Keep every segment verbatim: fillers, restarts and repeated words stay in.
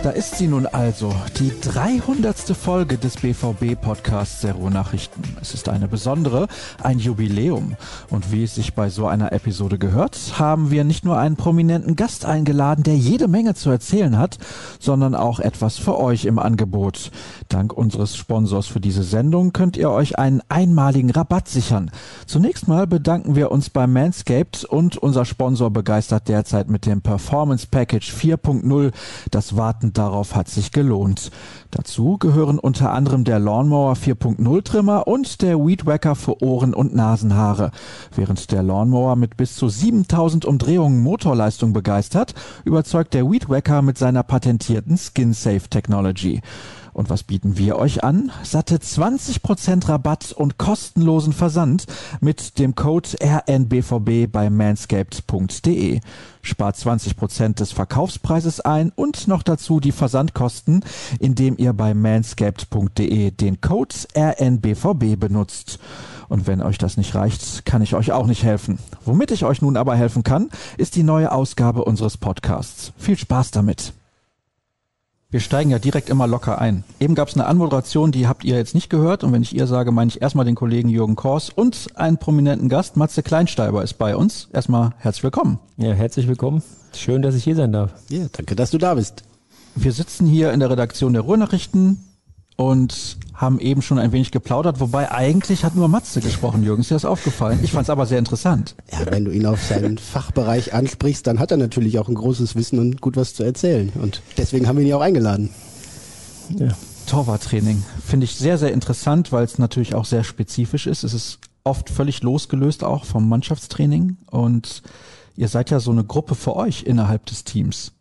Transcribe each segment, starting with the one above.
Da ist sie nun also, die dreihundertste Folge des B V B-Podcasts der Ruhrnachrichten. Es ist eine besondere, ein Jubiläum. Und wie es sich bei so einer Episode gehört, haben wir nicht nur einen prominenten Gast eingeladen, der jede Menge zu erzählen hat, sondern auch etwas für euch im Angebot. Dank unseres Sponsors für diese Sendung könnt ihr euch einen einmaligen Rabatt sichern. Zunächst mal bedanken wir uns bei Manscaped und unser Sponsor begeistert derzeit mit dem Performance Package vier Punkt null. Das Warten darauf hat sich gelohnt. Dazu gehören unter anderem der Lawnmower vier Punkt null Trimmer und der Weed Wacker für Ohren- und Nasenhaare. Während der Lawnmower mit bis zu siebentausend Umdrehungen Motorleistung begeistert, überzeugt der Weed Wacker mit seiner patentierten Skin Safe Technology. Und was bieten wir euch an? Satte zwanzig Prozent Rabatt und kostenlosen Versand mit dem Code R N B V B bei manscaped punkt de. Spart zwanzig Prozent des Verkaufspreises ein und noch dazu die Versandkosten, indem ihr bei manscaped punkt de den Code R N B V B benutzt. Und wenn euch das nicht reicht, kann ich euch auch nicht helfen. Womit ich euch nun aber helfen kann, ist die neue Ausgabe unseres Podcasts. Viel Spaß damit! Wir steigen ja direkt immer locker ein. Eben gab es eine Anmoderation, die habt ihr jetzt nicht gehört. Und wenn ich ihr sage, meine ich erstmal den Kollegen Jürgen Kors und einen prominenten Gast. Matze Kleinsteiber ist bei uns. Erstmal herzlich willkommen. Ja, herzlich willkommen. Schön, dass ich hier sein darf. Ja, danke, dass du da bist. Wir sitzen hier in der Redaktion der Ruhrnachrichten und haben eben schon ein wenig geplaudert. Wobei eigentlich hat nur Matze gesprochen, Jürgen. Ist dir das aufgefallen? Ich fand es aber sehr interessant. Ja, wenn du ihn auf seinen Fachbereich ansprichst, dann hat er natürlich auch ein großes Wissen und gut was zu erzählen. Und deswegen haben wir ihn ja auch eingeladen. Ja. Torwarttraining finde ich sehr, sehr interessant, weil es natürlich auch sehr spezifisch ist. Es ist oft völlig losgelöst auch vom Mannschaftstraining. Und ihr seid ja so eine Gruppe für euch innerhalb des Teams.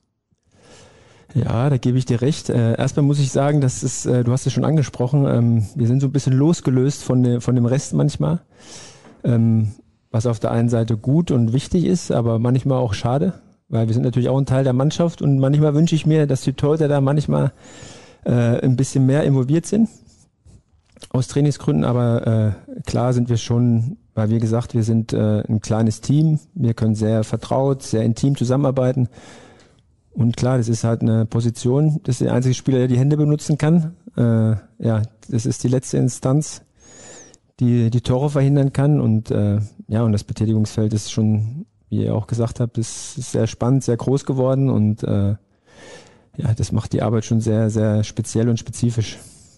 Ja, da gebe ich dir recht. Äh, erstmal muss ich sagen, das ist, äh, du hast es schon angesprochen, ähm, wir sind so ein bisschen losgelöst von, de, von dem Rest manchmal, ähm, was auf der einen Seite gut und wichtig ist, aber manchmal auch schade, weil wir sind natürlich auch ein Teil der Mannschaft und manchmal wünsche ich mir, dass die Torhüter da manchmal äh, ein bisschen mehr involviert sind, aus Trainingsgründen, aber äh, klar sind wir schon, weil wie gesagt, wir sind äh, ein kleines Team, wir können sehr vertraut, sehr intim zusammenarbeiten. Und klar, das ist halt eine Position, das ist der einzige Spieler, der die Hände benutzen kann. Äh, ja, das ist die letzte Instanz, die die Tore verhindern kann. Und äh, ja, und das Betätigungsfeld ist schon, wie ihr auch gesagt habt, ist, ist sehr spannend, sehr groß geworden. Und äh, ja, das macht die Arbeit schon sehr, sehr speziell und spezifisch.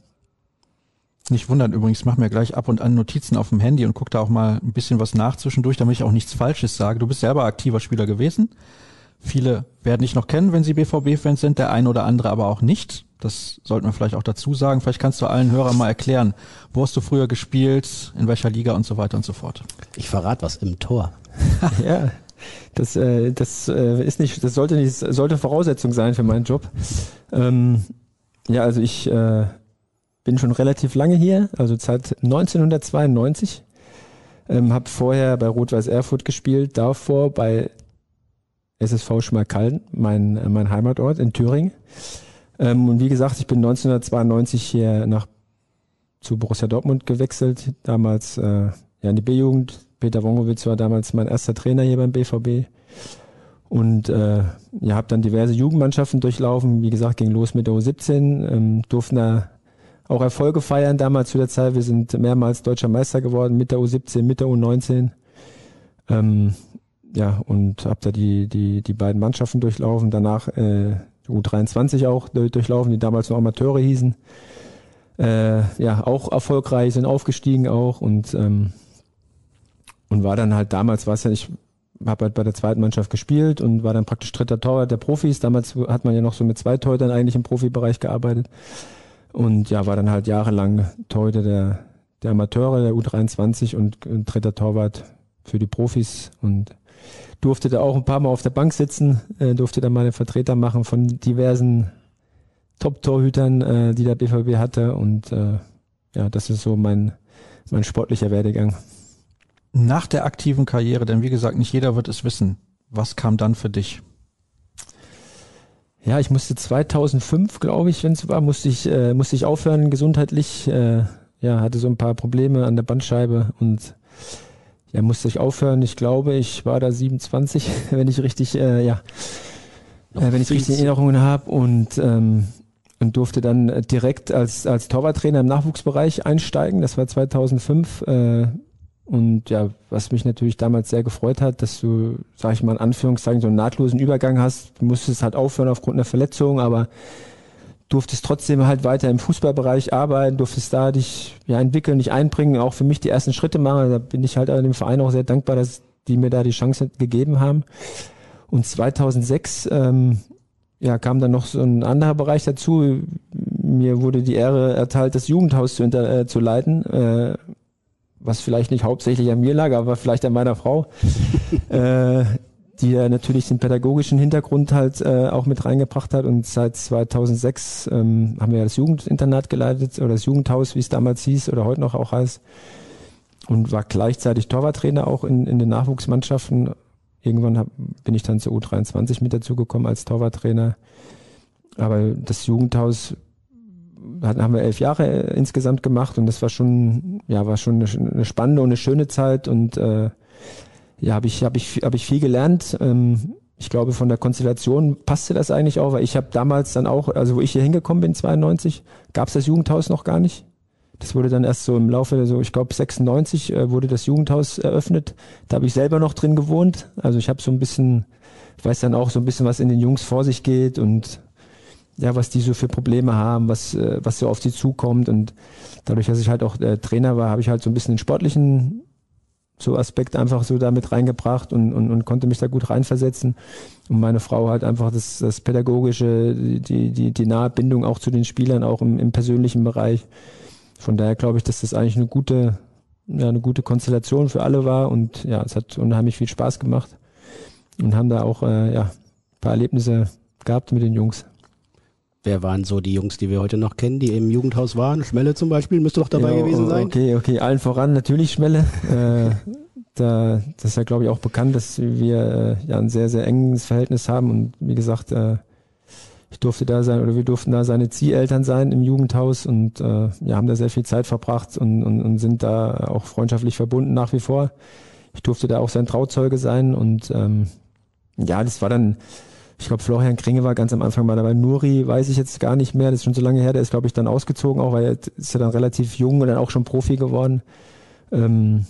Nicht wundern übrigens, ich mache mir gleich ab und an Notizen auf dem Handy und gucke da auch mal ein bisschen was nach zwischendurch, damit ich auch nichts Falsches sage. Du bist selber aktiver Spieler gewesen. Viele werden dich noch kennen, wenn sie B V B-Fans sind, der ein oder andere aber auch nicht. Das sollten wir vielleicht auch dazu sagen. Vielleicht kannst du allen Hörern mal erklären, wo hast du früher gespielt, in welcher Liga und so weiter und so fort. Ich verrate was, im Tor. Ja, das, äh, das äh, ist nicht, das sollte nicht, sollte Voraussetzung sein für meinen Job. Ähm, ja, also ich äh, bin schon relativ lange hier, also seit neunzehnhundertzweiundneunzig. Ähm, habe vorher bei Rot-Weiß Erfurt gespielt, davor bei S S V Schmalkalden, mein, mein Heimatort in Thüringen. Ähm, und wie gesagt, ich bin neunzehnhundertzweiundneunzig hier nach zu Borussia Dortmund gewechselt, damals äh, ja in die B-Jugend. Peter Wongowitz war damals mein erster Trainer hier beim B V B. Und äh, ja, habe dann diverse Jugendmannschaften durchlaufen. Wie gesagt, ging los mit der U siebzehn, ähm, durften da auch Erfolge feiern damals zu der Zeit. Wir sind mehrmals deutscher Meister geworden mit der U siebzehn, mit der U neunzehn. Ähm, Ja, und habe da die die die beiden Mannschaften durchlaufen, danach äh, U dreiundzwanzig auch durchlaufen, die damals noch Amateure hießen. Äh, ja, auch erfolgreich, sind aufgestiegen auch und ähm, und war dann halt damals, war es ja, ich habe halt bei der zweiten Mannschaft gespielt und war dann praktisch dritter Torwart der Profis. Damals hat man ja noch so mit zwei Torhütern eigentlich im Profibereich gearbeitet und ja, war dann halt jahrelang Torhüter der der Amateure, der U dreiundzwanzig und, und dritter Torwart für die Profis und durfte da auch ein paar Mal auf der Bank sitzen, äh, durfte da mal einen Vertreter machen von diversen Top-Torhütern, äh, die der B V B hatte und äh, ja, das ist so mein, mein sportlicher Werdegang. Nach der aktiven Karriere, denn wie gesagt, nicht jeder wird es wissen, was kam dann für dich? Ja, ich musste zweitausendfünf, glaube ich, wenn es war, musste ich, äh, musste ich aufhören gesundheitlich, äh, ja, hatte so ein paar Probleme an der Bandscheibe und ja, musste ich aufhören. Ich glaube, ich war da siebenundzwanzig, wenn ich richtig, äh, ja, äh, wenn ich richtig in Erinnerungen habe und ähm, und durfte dann direkt als als Torwarttrainer im Nachwuchsbereich einsteigen. Das war zweitausendfünf. Äh, und ja, was mich natürlich damals sehr gefreut hat, dass du, sag ich mal in Anführungszeichen, so einen nahtlosen Übergang hast. Du musstest halt aufhören aufgrund einer Verletzung, aber durftest trotzdem halt weiter im Fußballbereich arbeiten, durftest da dich ja entwickeln, dich einbringen, auch für mich die ersten Schritte machen. Da bin ich halt dem Verein auch sehr dankbar, dass die mir da die Chance gegeben haben. Und zweitausendsechs ähm, ja, kam dann noch so ein anderer Bereich dazu. Mir wurde die Ehre erteilt, das Jugendhaus zu, inter, äh, zu leiten, äh, was vielleicht nicht hauptsächlich an mir lag, aber vielleicht an meiner Frau, äh, die ja natürlich den pädagogischen Hintergrund halt äh, auch mit reingebracht hat. Und seit zweitausendsechs ähm, haben wir ja das Jugendinternat geleitet oder das Jugendhaus, wie es damals hieß oder heute noch auch heißt. Und war gleichzeitig Torwarttrainer auch in, in den Nachwuchsmannschaften. Irgendwann hab, bin ich dann zur U dreiundzwanzig mit dazugekommen als Torwarttrainer. Aber das Jugendhaus hat, haben wir elf Jahre insgesamt gemacht und das war schon, ja, war schon eine, eine spannende und eine schöne Zeit und äh, ja, habe ich, habe ich, habe ich viel gelernt. Ähm, ich glaube, von der Konstellation passte das eigentlich auch, weil ich habe damals dann auch, also wo ich hier hingekommen bin, zweiundneunzig, gab es das Jugendhaus noch gar nicht. Das wurde dann erst so im Laufe, so ich glaube sechsundneunzig äh, wurde das Jugendhaus eröffnet. Da habe ich selber noch drin gewohnt. Also ich habe so ein bisschen, weiß dann auch so ein bisschen, was in den Jungs vor sich geht und ja, was die so für Probleme haben, was äh, was so auf sie zukommt. Und dadurch, dass ich halt auch äh, Trainer war, habe ich halt so ein bisschen den sportlichen so Aspekt einfach so damit reingebracht und, und, und konnte mich da gut reinversetzen. Und meine Frau halt einfach das, das Pädagogische, die, die, die nahe Bindung auch zu den Spielern, auch im, im persönlichen Bereich. Von daher glaube ich, dass das eigentlich eine gute, ja, eine gute Konstellation für alle war und ja, es hat unheimlich viel Spaß gemacht und haben da auch äh, ja, ein paar Erlebnisse gehabt mit den Jungs. Wer waren so die Jungs, die wir heute noch kennen, die im Jugendhaus waren? Schmelle zum Beispiel, müsste doch dabei ja, gewesen sein. Okay, okay, allen voran natürlich Schmelle. äh, da, das ist ja, glaube ich, auch bekannt, dass wir äh, ja ein sehr, sehr enges Verhältnis haben und wie gesagt, äh, ich durfte da sein oder wir durften da seine Zieheltern sein im Jugendhaus und äh, ja, haben da sehr viel Zeit verbracht und, und, und sind da auch freundschaftlich verbunden nach wie vor. Ich durfte da auch sein Trauzeuge sein und ähm, ja, das war dann, ich glaube, Florian Kringe war ganz am Anfang mal dabei. Nuri weiß ich jetzt gar nicht mehr, das ist schon so lange her, der ist, glaube ich, dann ausgezogen, auch weil er ist ja dann relativ jung und dann auch schon Profi geworden. Ähm,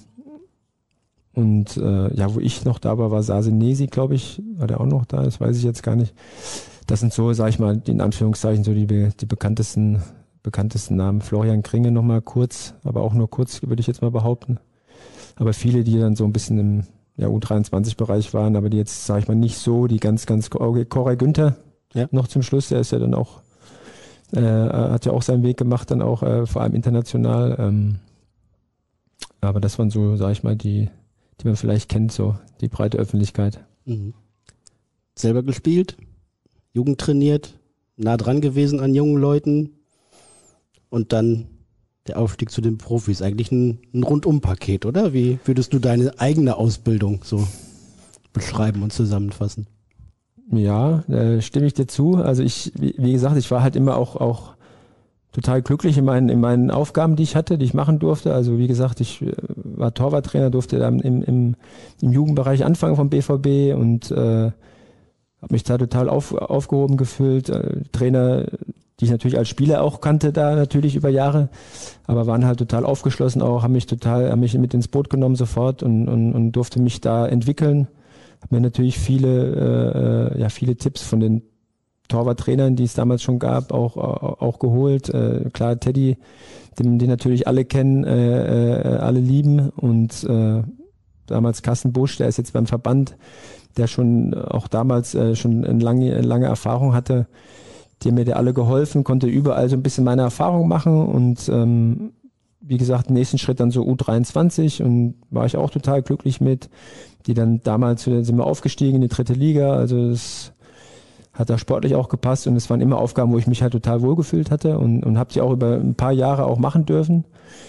und äh, ja, wo ich noch da war, war Sase Nesi, glaube ich, war der auch noch da, das weiß ich jetzt gar nicht. Das sind so, sag ich mal, in Anführungszeichen so die, die bekanntesten, bekanntesten Namen. Florian Kringe nochmal kurz, aber auch nur kurz, würde ich jetzt mal behaupten. Aber viele, die dann so ein bisschen im ja, U dreiundzwanzig-Bereich waren, aber die jetzt, sag ich mal, nicht so, die ganz, ganz, okay, Koray Günther ja. noch zum Schluss, der ist ja dann auch, äh, hat ja auch seinen Weg gemacht, dann auch äh, vor allem international. Ähm, aber das waren so, sag ich mal, die, die man vielleicht kennt, so die breite Öffentlichkeit. Mhm. Selber gespielt? Jugend trainiert, nah dran gewesen an jungen Leuten und dann der Aufstieg zu den Profis. Eigentlich ein, ein Rundum-Paket, oder? Wie würdest du deine eigene Ausbildung so beschreiben und zusammenfassen? Ja, äh, stimme ich dir zu. Also ich, wie, wie gesagt, ich war halt immer auch, auch total glücklich in meinen, in meinen Aufgaben, die ich hatte, die ich machen durfte. Also wie gesagt, ich äh, war Torwarttrainer, durfte dann im, im, im Jugendbereich anfangen vom B V B und äh, habe mich da total auf, aufgehoben gefühlt. Äh, Trainer, die ich natürlich als Spieler auch kannte, da natürlich über Jahre, aber waren halt total aufgeschlossen auch, haben mich total, haben mich mit ins Boot genommen sofort und, und, und durfte mich da entwickeln. Habe mir natürlich viele, äh, ja, viele Tipps von den Torwarttrainern, die es damals schon gab, auch, auch, auch geholt. Äh, klar, Teddy, den, den natürlich alle kennen, äh, äh, alle lieben und äh, damals Carsten Busch, der ist jetzt beim Verband, der schon auch damals äh, schon eine lange, eine lange Erfahrung hatte, die haben mir da alle geholfen, konnte überall so ein bisschen meine Erfahrung machen und ähm, wie gesagt, den nächsten Schritt dann so U dreiundzwanzig und war ich auch total glücklich mit, die dann damals sind wir aufgestiegen in die dritte Liga, also das hat da sportlich auch gepasst und es waren immer Aufgaben, wo ich mich halt total wohlgefühlt hatte und, und habe die auch über ein paar Jahre auch machen dürfen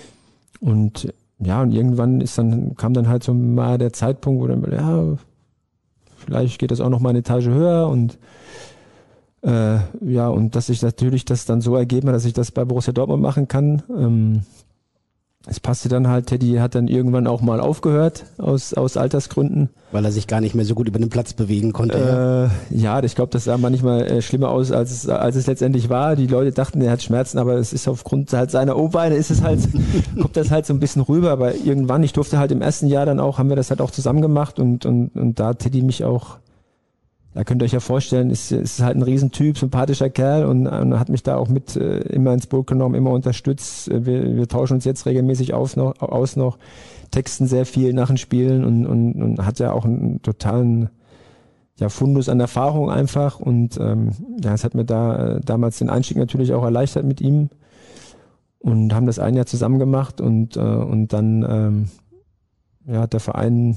und ja, und irgendwann ist dann, kam dann halt so mal der Zeitpunkt, wo dann, ja, vielleicht geht das auch noch mal eine Etage höher und äh, ja, und dass sich natürlich das dann so ergeben hat, dass ich das bei Borussia Dortmund machen kann. Ähm, es passte dann halt, Teddy hat dann irgendwann auch mal aufgehört, aus, aus Altersgründen. Weil er sich gar nicht mehr so gut über den Platz bewegen konnte. Äh, ja, ich glaube, das sah manchmal äh, schlimmer aus, als es, als es letztendlich war. Die Leute dachten, er hat Schmerzen, aber es ist aufgrund halt seiner O-Beine, ist es halt, kommt das halt so ein bisschen rüber. Aber irgendwann, ich durfte halt im ersten Jahr dann auch, haben wir das halt auch zusammen gemacht und, und, und da hat Teddy mich auch, da könnt ihr euch ja vorstellen, ist, ist halt ein Riesentyp, sympathischer Kerl und, und hat mich da auch mit äh, immer ins Boot genommen, immer unterstützt. Wir, wir tauschen uns jetzt regelmäßig auf noch, aus noch, texten sehr viel nach den Spielen und, und, und hat ja auch einen totalen ja, Fundus an Erfahrung einfach und ähm, ja, es hat mir da äh, damals den Einstieg natürlich auch erleichtert mit ihm und haben das ein Jahr zusammen gemacht und, äh, und dann ähm, ja, hat der Verein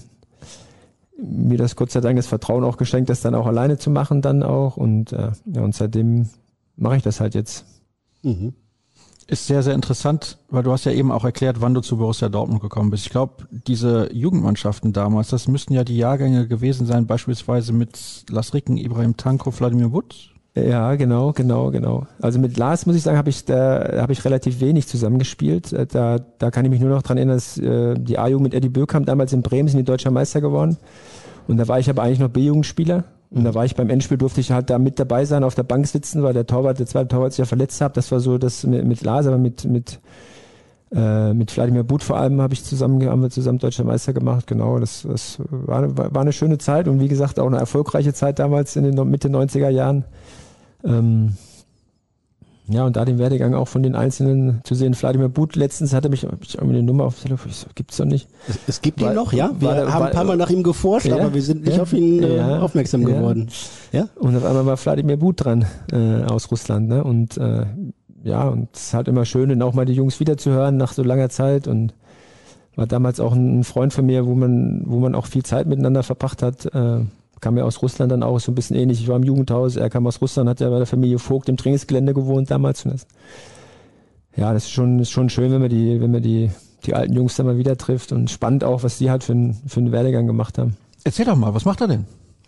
mir das Gott sei Dank das Vertrauen auch geschenkt, das dann auch alleine zu machen dann auch und äh, ja und seitdem mache ich das halt jetzt. Mhm. Ist sehr, sehr interessant, weil du hast ja eben auch erklärt, wann du zu Borussia Dortmund gekommen bist. Ich glaube, diese Jugendmannschaften damals, das müssten ja die Jahrgänge gewesen sein, beispielsweise mit Lars Ricken, Ibrahim Tanko, Wladimir Wood. Ja, genau, genau, genau. Also mit Lars muss ich sagen, habe ich da habe ich relativ wenig zusammengespielt. Da da kann ich mich nur noch dran erinnern, dass äh, die A-Jugend mit Eddie Böckhamp damals in Bremen sind die deutscher Meister geworden. Und da war ich aber eigentlich noch B-Jugendspieler. Und da war ich beim Endspiel, durfte ich halt da mit dabei sein, auf der Bank sitzen, weil der Torwart, der zweite Torwart sich ja verletzt hat. Das war so das mit, mit Lars, aber mit mit äh, mit Wladimir Wood vor allem habe ich zusammen haben wir zusammen deutscher Meister gemacht. Genau, das das war war eine schöne Zeit und wie gesagt auch eine erfolgreiche Zeit damals in den Mitte neunziger Jahren. Ähm, ja, und da den Werdegang auch von den Einzelnen zu sehen. Wladimir Wood, letztens hatte mich, hab ich irgendwie eine Nummer auf Telefon, ich so, gibt's doch nicht. Es, es gibt war, ihn noch, ja. Wir war, haben war, ein paar Mal nach ihm geforscht, ja, aber wir sind nicht ja, auf ihn äh, ja, aufmerksam ja. geworden. Ja. Und auf einmal war Wladimir Wood dran äh, aus Russland, ne? Und äh, ja, und es ist halt immer schön, dann auch mal die Jungs wiederzuhören nach so langer Zeit und war damals auch ein Freund von mir, wo man, wo man auch viel Zeit miteinander verbracht hat. Äh, kam ja aus Russland dann auch so ein bisschen ähnlich. Ich war im Jugendhaus, er kam aus Russland, hat ja bei der Familie Vogt im Trainingsgelände gewohnt damals. Und das, ja, das ist schon, ist schon schön, wenn man die, wenn man die, die alten Jungs dann mal wieder trifft und spannend auch, was die halt für, ein, für einen Werdegang gemacht haben. Erzähl doch mal, was macht er denn?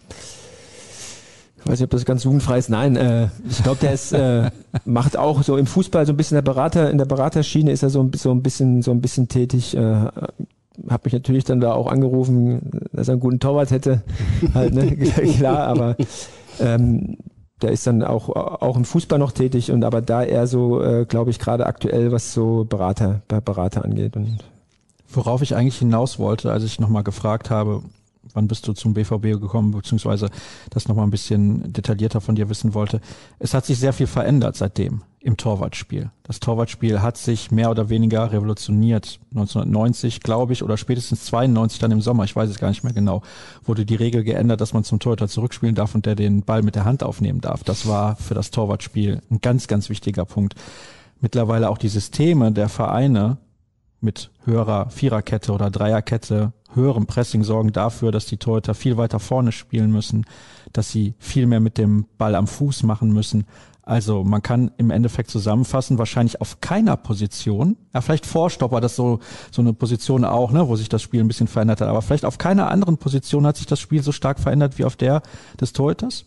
Ich weiß nicht, ob das ganz jugendfrei ist. Nein, äh, ich glaube, der ist, äh, macht auch so im Fußball so ein bisschen der Berater, in der Beraterschiene ist er so, so ein bisschen, so ein bisschen tätig, äh, habe mich natürlich dann da auch angerufen, dass er einen guten Torwart hätte, halt, ne, klar, aber ähm, der ist dann auch auch im Fußball noch tätig und aber da eher so, äh, glaube ich, gerade aktuell, was so Berater, Berater angeht. Und worauf ich eigentlich hinaus wollte, als ich nochmal gefragt habe, wann bist du zum B V B gekommen, beziehungsweise das nochmal ein bisschen detaillierter von dir wissen wollte. Es hat sich sehr viel verändert seitdem im Torwartspiel. Das Torwartspiel hat sich mehr oder weniger revolutioniert. neunzehnhundertneunzig, glaube ich, oder spätestens zweiundneunzig dann im Sommer, ich weiß es gar nicht mehr genau, wurde die Regel geändert, dass man zum Torhüter zurückspielen darf und der den Ball mit der Hand aufnehmen darf. Das war für das Torwartspiel ein ganz, ganz wichtiger Punkt. Mittlerweile auch die Systeme der Vereine mit höherer Viererkette oder Dreierkette, höherem Pressing sorgen dafür, dass die Torhüter viel weiter vorne spielen müssen, dass sie viel mehr mit dem Ball am Fuß machen müssen. Also man kann im Endeffekt zusammenfassen, wahrscheinlich auf keiner Position, ja vielleicht Vorstopper, das ist so so eine Position auch, ne, wo sich das Spiel ein bisschen verändert hat, aber vielleicht auf keiner anderen Position hat sich das Spiel so stark verändert wie auf der des Torhüters?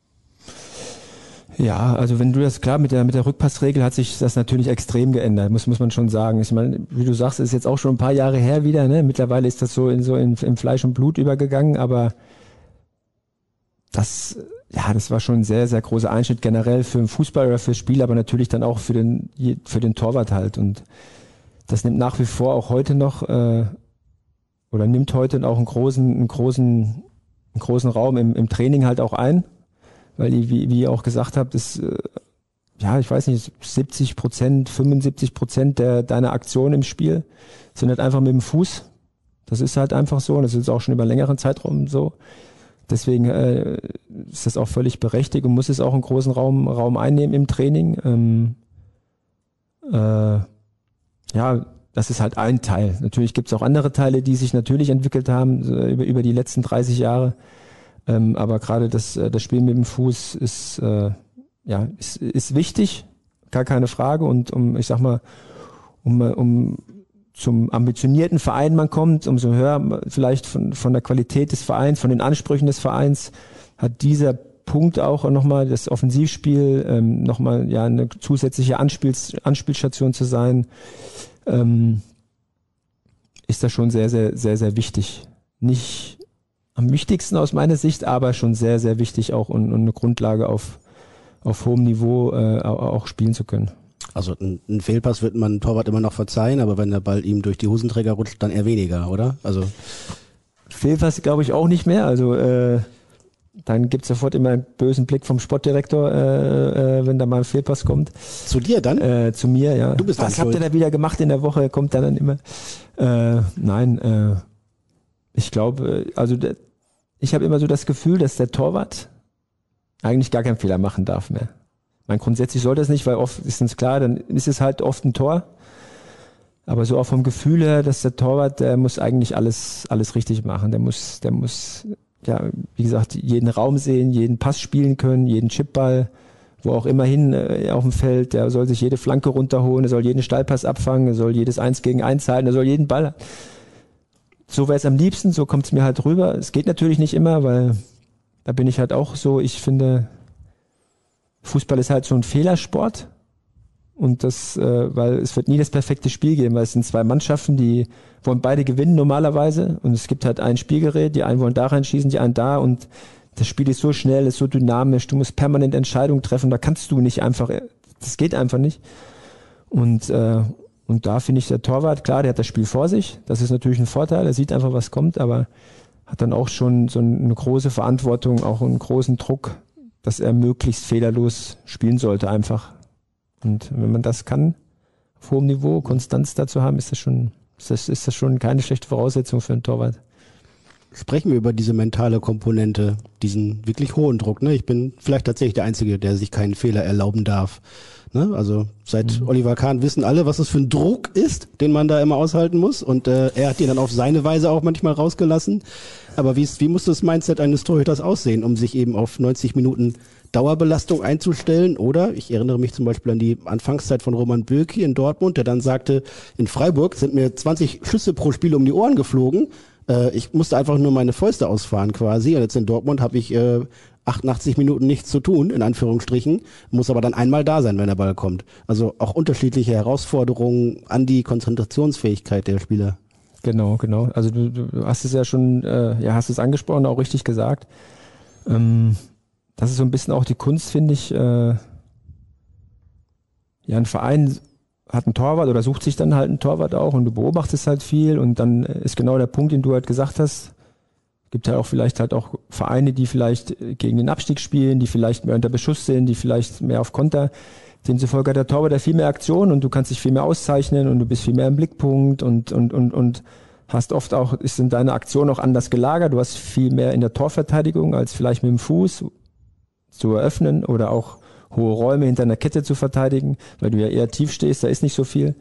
ja, also wenn du das, klar, mit der mit der Rückpassregel hat sich das natürlich extrem geändert, muss muss man schon sagen. Ich meine, wie du sagst, ist jetzt auch schon ein paar Jahre her wieder, ne? Mittlerweile ist das so in so in, in Fleisch und Blut übergegangen, aber das ja, das war schon ein sehr sehr großer Einschnitt generell für den Fußball oder fürs Spiel, aber natürlich dann auch für den für den Torwart halt und das nimmt nach wie vor auch heute noch äh, oder nimmt heute auch einen großen einen großen einen großen Raum im im Training halt auch ein. Weil, wie, wie ihr auch gesagt habt, ist, äh, ja, ich weiß nicht, siebzig Prozent, fünfundsiebzig Prozent der, deiner Aktionen im Spiel sind halt einfach mit dem Fuß. Das ist halt einfach so und das ist auch schon über einen längeren Zeitraum so. Deswegen äh, ist das auch völlig berechtigt und muss es auch einen großen Raum, Raum einnehmen im Training. Ähm, äh, ja, das ist halt ein Teil. Natürlich gibt es auch andere Teile, die sich natürlich entwickelt haben so über, über die letzten dreißig Jahre. Ähm, aber gerade das, das Spiel mit dem Fuß ist, äh, ja, ist, ist wichtig, gar keine Frage. Und um, ich sag mal, um, um zum ambitionierten Verein man kommt, umso höher vielleicht von, von der Qualität des Vereins, von den Ansprüchen des Vereins, hat dieser Punkt auch nochmal das Offensivspiel, ähm, nochmal ja eine zusätzliche Anspiel, Anspielstation zu sein. Ähm, ist das schon sehr, sehr, sehr, sehr wichtig. Nicht am wichtigsten aus meiner Sicht, aber schon sehr, sehr wichtig auch und, und eine Grundlage auf, auf hohem Niveau äh, auch spielen zu können. Also ein, ein Fehlpass wird man Torwart immer noch verzeihen, aber wenn der Ball ihm durch die Hosenträger rutscht, dann eher weniger, oder? Also Fehlpass glaube ich auch nicht mehr. Also äh, dann gibt es sofort immer einen bösen Blick vom Sportdirektor, äh, äh, wenn da mal ein Fehlpass kommt. Zu dir dann? Äh, zu mir, ja. Du bist Was habt ihr da wieder gemacht in der Woche? Kommt dann, dann immer. Äh, nein, äh, ich glaube, also der, ich habe immer so das Gefühl, dass der Torwart eigentlich gar keinen Fehler machen darf mehr. Man grundsätzlich soll das nicht, weil oft ist uns klar, dann ist es halt oft ein Tor. Aber so auch vom Gefühl her, dass der Torwart, der muss eigentlich alles, alles richtig machen. Der muss, der muss, ja, wie gesagt, jeden Raum sehen, jeden Pass spielen können, jeden Chipball, wo auch immer hin äh, auf dem Feld. Der soll sich jede Flanke runterholen, er soll jeden Steilpass abfangen, er soll jedes Eins gegen Eins halten, er soll jeden Ball. So wäre es am liebsten, so kommt es mir halt rüber. Es geht natürlich nicht immer, weil da bin ich halt auch so, ich finde, Fußball ist halt so ein Fehlersport. Und das, äh, weil es wird nie das perfekte Spiel geben, weil es sind zwei Mannschaften, die wollen beide gewinnen normalerweise. Und es gibt halt ein Spielgerät, die einen wollen da reinschießen, die einen da. Und das Spiel ist so schnell, ist so dynamisch. Du musst permanent Entscheidungen treffen. Da kannst du nicht einfach, das geht einfach nicht. Und, äh, und da finde ich der Torwart, klar, der hat das Spiel vor sich. Das ist natürlich ein Vorteil. Er sieht einfach, was kommt, aber hat dann auch schon so eine große Verantwortung, auch einen großen Druck, dass er möglichst fehlerlos spielen sollte einfach. Und wenn man das kann, auf hohem Niveau, Konstanz dazu haben, ist das schon, ist das, ist das schon keine schlechte Voraussetzung für einen Torwart. Sprechen wir über diese mentale Komponente, diesen wirklich hohen Druck. Ne? Ich bin vielleicht tatsächlich der Einzige, der sich keinen Fehler erlauben darf. Ne? Also seit mhm. Oliver Kahn wissen alle, was es für ein Druck ist, den man da immer aushalten muss. Und äh, er hat ihn dann auf seine Weise auch manchmal rausgelassen. Aber wie, wie muss das Mindset eines Torhüters aussehen, um sich eben auf neunzig Minuten Dauerbelastung einzustellen? Oder ich erinnere mich zum Beispiel an die Anfangszeit von Roman Bürki in Dortmund, der dann sagte, in Freiburg sind mir zwanzig Schüsse pro Spiel um die Ohren geflogen. Äh, ich musste einfach nur meine Fäuste ausfahren quasi. Und jetzt in Dortmund habe ich äh, achtundachtzig Minuten nichts zu tun, in Anführungsstrichen, muss aber dann einmal da sein, wenn der Ball kommt. Also auch unterschiedliche Herausforderungen an die Konzentrationsfähigkeit der Spieler. Genau, genau. Also du, du hast es ja schon, äh, ja, hast es angesprochen, auch richtig gesagt. Ähm, das ist so ein bisschen auch die Kunst, finde ich. Äh, ja, ein Verein hat einen Torwart oder sucht sich dann halt einen Torwart auch und du beobachtest halt viel und dann ist genau der Punkt, den du halt gesagt hast. Gibt ja auch vielleicht halt auch Vereine, die vielleicht gegen den Abstieg spielen, die vielleicht mehr unter Beschuss sind, die vielleicht mehr auf Konter. Demzufolge hat der Torwart viel mehr Aktion und du kannst dich viel mehr auszeichnen und du bist viel mehr im Blickpunkt und, und, und, und hast oft auch, ist in deiner Aktion auch anders gelagert. Du hast viel mehr in der Torverteidigung als vielleicht mit dem Fuß zu eröffnen oder auch hohe Räume hinter einer Kette zu verteidigen, weil du ja eher tief stehst, da ist nicht so viel.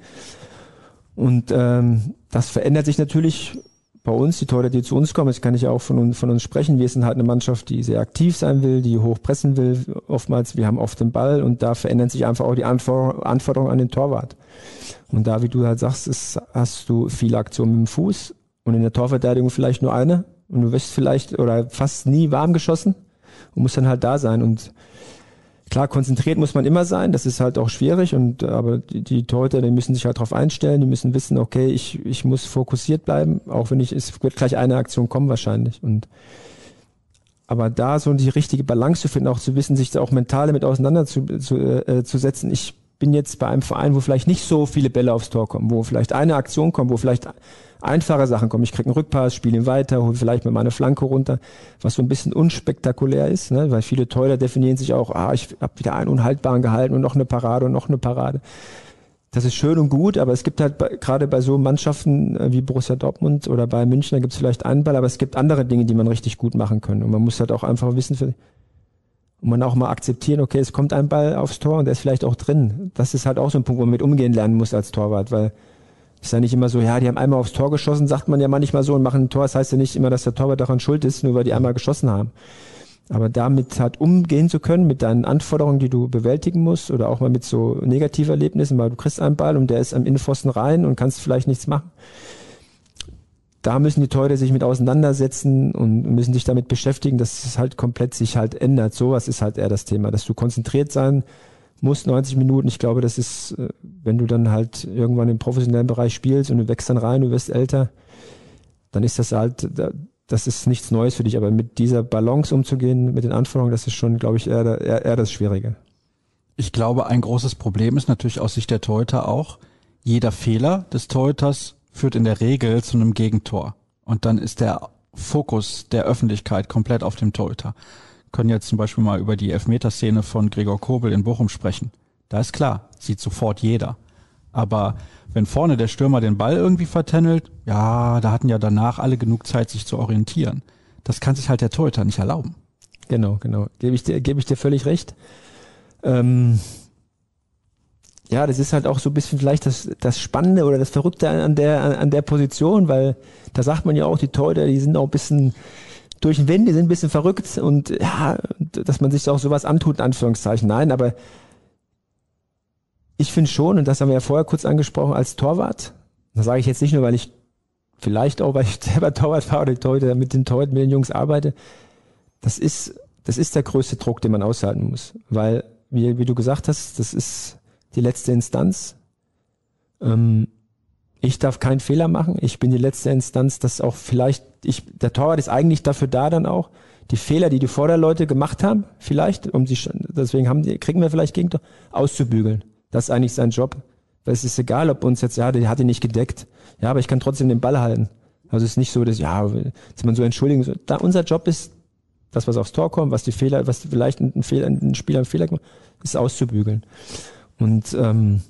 Und ähm, das verändert sich natürlich bei uns, die Torhüter, die zu uns kommen. Jetzt kann ich ja auch von uns, von uns sprechen. Wir sind halt eine Mannschaft, die sehr aktiv sein will, die hoch pressen will oftmals. Wir haben oft den Ball und da verändern sich einfach auch die Anfor- Anforderungen an den Torwart. Und da, wie du halt sagst, ist, hast du viele Aktionen mit dem Fuß und in der Torverteidigung vielleicht nur eine und du wirst vielleicht oder fast nie warm geschossen und musst dann halt da sein. Und klar, konzentriert muss man immer sein, das ist halt auch schwierig, und aber die, die Torhüter, die müssen sich halt darauf einstellen, die müssen wissen, okay, ich, ich muss fokussiert bleiben, auch wenn ich, es wird gleich eine Aktion kommen wahrscheinlich. Und aber da so die richtige Balance zu finden, auch zu wissen, sich da auch mental damit auseinanderzusetzen. Zu, äh, zu setzen. Ich bin jetzt bei einem Verein, wo vielleicht nicht so viele Bälle aufs Tor kommen, wo vielleicht eine Aktion kommt, wo vielleicht einfache Sachen kommen. Ich kriege einen Rückpass, spiele ihn weiter, hole vielleicht mit meiner Flanke runter, was so ein bisschen unspektakulär ist, ne? Weil viele Torhüter definieren sich auch, ah, ich habe wieder einen unhaltbaren gehalten und noch eine Parade und noch eine Parade. Das ist schön und gut, aber es gibt halt bei, gerade bei so Mannschaften wie Borussia Dortmund oder bei München, da gibt es vielleicht einen Ball, aber es gibt andere Dinge, die man richtig gut machen kann. Und man muss halt auch einfach wissen, für, und man auch mal akzeptieren, okay, es kommt ein Ball aufs Tor und der ist vielleicht auch drin. Das ist halt auch so ein Punkt, wo man mit umgehen lernen muss als Torwart, weil ist ja nicht immer so, ja, die haben einmal aufs Tor geschossen, sagt man ja manchmal so, und machen ein Tor. Das heißt ja nicht immer, dass der Torwart daran schuld ist, nur weil die einmal geschossen haben. Aber damit halt umgehen zu können, mit deinen Anforderungen, die du bewältigen musst, oder auch mal mit so Negativerlebnissen, weil du kriegst einen Ball und der ist am Innenpfosten rein und kannst vielleicht nichts machen. Da müssen die Torhüter sich mit auseinandersetzen und müssen sich damit beschäftigen, dass es halt komplett sich halt ändert. Sowas ist halt eher das Thema, dass du konzentriert sein muss, neunzig Minuten. Ich glaube, das ist, wenn du dann halt irgendwann im professionellen Bereich spielst und du wächst dann rein, du wirst älter, dann ist das halt, das ist nichts Neues für dich. Aber mit dieser Balance umzugehen, mit den Anforderungen, das ist schon, glaube ich, eher, eher, eher das Schwierige. Ich glaube, ein großes Problem ist natürlich aus Sicht der Torhüter auch, jeder Fehler des Torhüters führt in der Regel zu einem Gegentor. Und dann ist der Fokus der Öffentlichkeit komplett auf dem Torhüter. Können jetzt zum Beispiel mal über die Elfmeterszene von Gregor Kobel in Bochum sprechen. Da ist klar, sieht sofort jeder. Aber wenn vorne der Stürmer den Ball irgendwie vertändelt, ja, da hatten ja danach alle genug Zeit, sich zu orientieren. Das kann sich halt der Torhüter nicht erlauben. Genau, genau. Gebe ich dir, gebe ich dir völlig recht. Ähm, ja, das ist halt auch so ein bisschen vielleicht das, das Spannende oder das Verrückte an der, an der Position, weil da sagt man ja auch, die Torhüter, die sind auch ein bisschen durch den Wind, die sind ein bisschen verrückt und ja, dass man sich auch sowas antut, in Anführungszeichen. Nein, aber ich finde schon, und das haben wir ja vorher kurz angesprochen, als Torwart, das sage ich jetzt nicht nur, weil ich vielleicht auch, weil ich selber Torwart war oder Torhüter mit den Torhütern, mit den Jungs arbeite, das ist, das ist der größte Druck, den man aushalten muss, weil, wie, wie du gesagt hast, das ist die letzte Instanz. Ähm, ich darf keinen Fehler machen. Ich bin die letzte Instanz, dass auch vielleicht, ich, der Torwart ist eigentlich dafür da dann auch, die Fehler, die die Vorderleute gemacht haben, vielleicht, um sie, deswegen haben die, kriegen wir vielleicht Gegentor, auszubügeln. Das ist eigentlich sein Job. Weil es ist egal, ob uns jetzt, ja, der hat ihn nicht gedeckt. Ja, aber ich kann trotzdem den Ball halten. Also es ist nicht so, dass, ja, dass man so entschuldigen soll. Da, unser Job ist, das, was aufs Tor kommt, was die Fehler, was vielleicht ein Fehler, ein Spieler einen Fehler gemacht, ist auszubügeln. Und, ähm,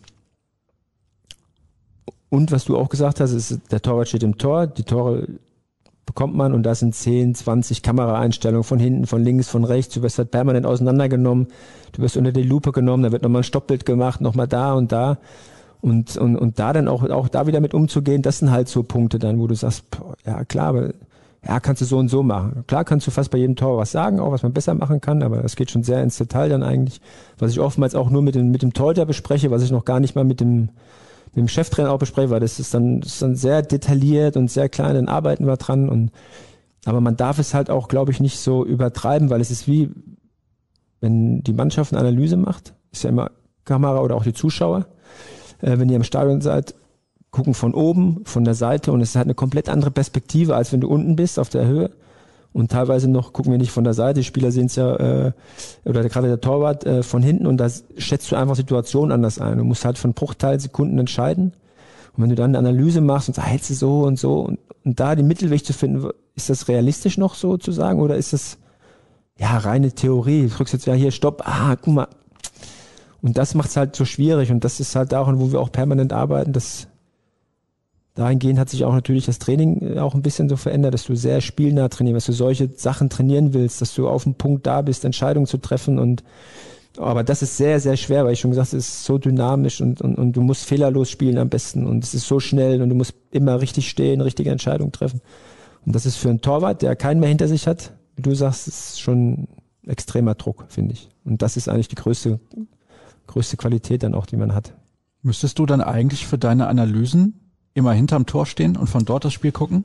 und was du auch gesagt hast, ist, der Torwart steht im Tor, die Tore bekommt man und da sind zehn, zwanzig Kameraeinstellungen von hinten, von links, von rechts, du wirst halt permanent auseinandergenommen, du wirst unter die Lupe genommen, da wird nochmal ein Stoppbild gemacht, nochmal da und da und, und, und da dann auch, auch da wieder mit umzugehen, das sind halt so Punkte dann, wo du sagst, boah, ja klar, aber ja, kannst du so und so machen. Klar kannst du fast bei jedem Tor was sagen, auch was man besser machen kann, aber das geht schon sehr ins Detail dann eigentlich, was ich oftmals auch nur mit dem, mit dem Torhüter bespreche, was ich noch gar nicht mal mit dem mit dem Cheftrainer auch bespreche, weil das ist dann, das ist dann sehr detailliert und sehr klein, dann arbeiten wir dran und, aber man darf es halt auch, glaube ich, nicht so übertreiben, weil es ist wie, wenn die Mannschaft eine Analyse macht, ist ja immer Kamera oder auch die Zuschauer, äh, wenn ihr im Stadion seid, gucken von oben, von der Seite und es ist halt eine komplett andere Perspektive, als wenn du unten bist auf der Höhe. Und teilweise noch gucken wir nicht von der Seite, die Spieler sehen es ja, äh, oder gerade der Torwart äh, von hinten und da schätzt du einfach Situationen anders ein. Du musst halt von Bruchteilsekunden entscheiden. Und wenn du dann eine Analyse machst und sagst, hältst du so und so und, und da den Mittelweg zu finden, ist das realistisch noch so zu sagen oder ist das ja reine Theorie? Du drückst jetzt ja hier Stopp, ah, guck mal. Und das macht es halt so schwierig und das ist halt daran, wo wir auch permanent arbeiten, dass dahingehend hat sich auch natürlich das Training auch ein bisschen so verändert, dass du sehr spielnah trainierst, dass du solche Sachen trainieren willst, dass du auf dem Punkt da bist, Entscheidungen zu treffen und aber das ist sehr, sehr schwer, weil ich schon gesagt habe, es ist so dynamisch und, und, und du musst fehlerlos spielen am besten und es ist so schnell und du musst immer richtig stehen, richtige Entscheidungen treffen. Und das ist für einen Torwart, der keinen mehr hinter sich hat, wie du sagst, ist schon extremer Druck, finde ich. Und das ist eigentlich die größte, größte Qualität dann auch, die man hat. Müsstest du dann eigentlich für deine Analysen immer hinterm Tor stehen und von dort das Spiel gucken?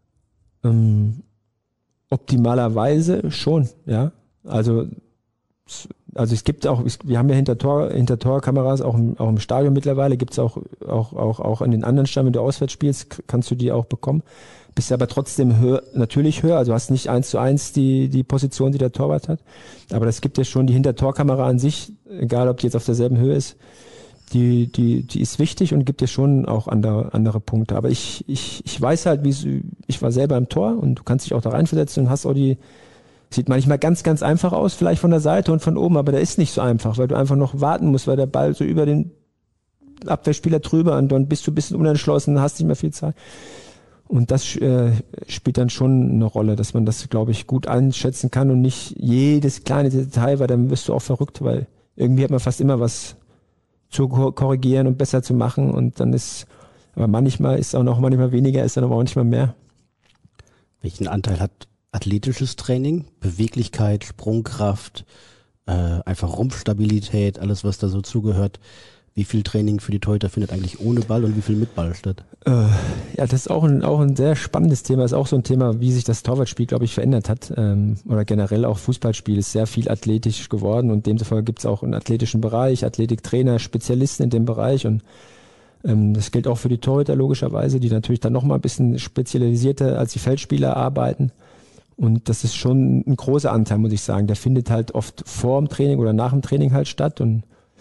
Ähm, optimalerweise schon, ja. Also, also es gibt auch, wir haben ja hinter Tor, hinter Torkameras auch im, auch im Stadion mittlerweile, gibt's auch, auch, auch, auch in den anderen Stadien, wenn du auswärts spielst, kannst du die auch bekommen. Bist aber trotzdem höher, natürlich höher, also hast nicht eins zu eins die, die Position, die der Torwart hat. Aber es gibt ja schon die Hintertorkamera an sich, egal ob die jetzt auf derselben Höhe ist, die, die, die ist wichtig und gibt dir schon auch andere, andere Punkte. Aber ich, ich, ich weiß halt, wie, ich war selber im Tor und du kannst dich auch da reinversetzen und hast auch die, sieht manchmal ganz, ganz einfach aus, vielleicht von der Seite und von oben, aber der ist nicht so einfach, weil du einfach noch warten musst, weil der Ball so über den Abwehrspieler drüber und dann bist du ein bisschen unentschlossen, hast nicht mehr viel Zeit. Und das äh, spielt dann schon eine Rolle, dass man das, glaube ich, gut einschätzen kann und nicht jedes kleine Detail, weil dann wirst du auch verrückt, weil irgendwie hat man fast immer was zu korrigieren und besser zu machen und dann ist, aber manchmal ist auch noch manchmal weniger, ist dann aber auch manchmal mehr. Welchen Anteil hat athletisches Training, Beweglichkeit, Sprungkraft, äh, einfach Rumpfstabilität, alles was da so zugehört Wie viel Training für die Torhüter findet eigentlich ohne Ball und wie viel mit Ball statt? Äh, ja, das ist auch ein, auch ein sehr spannendes Thema. Ist auch so ein Thema, wie sich das Torwartspiel, glaube ich, verändert hat. Ähm, oder generell auch Fußballspiel ist sehr viel athletisch geworden und demzufolge gibt es auch einen athletischen Bereich, Athletiktrainer, Spezialisten in dem Bereich und ähm, das gilt auch für die Torhüter logischerweise, die natürlich dann nochmal ein bisschen spezialisierter als die Feldspieler arbeiten. Und das ist schon ein großer Anteil, muss ich sagen. Der findet halt oft vor dem Training oder nach dem Training halt statt und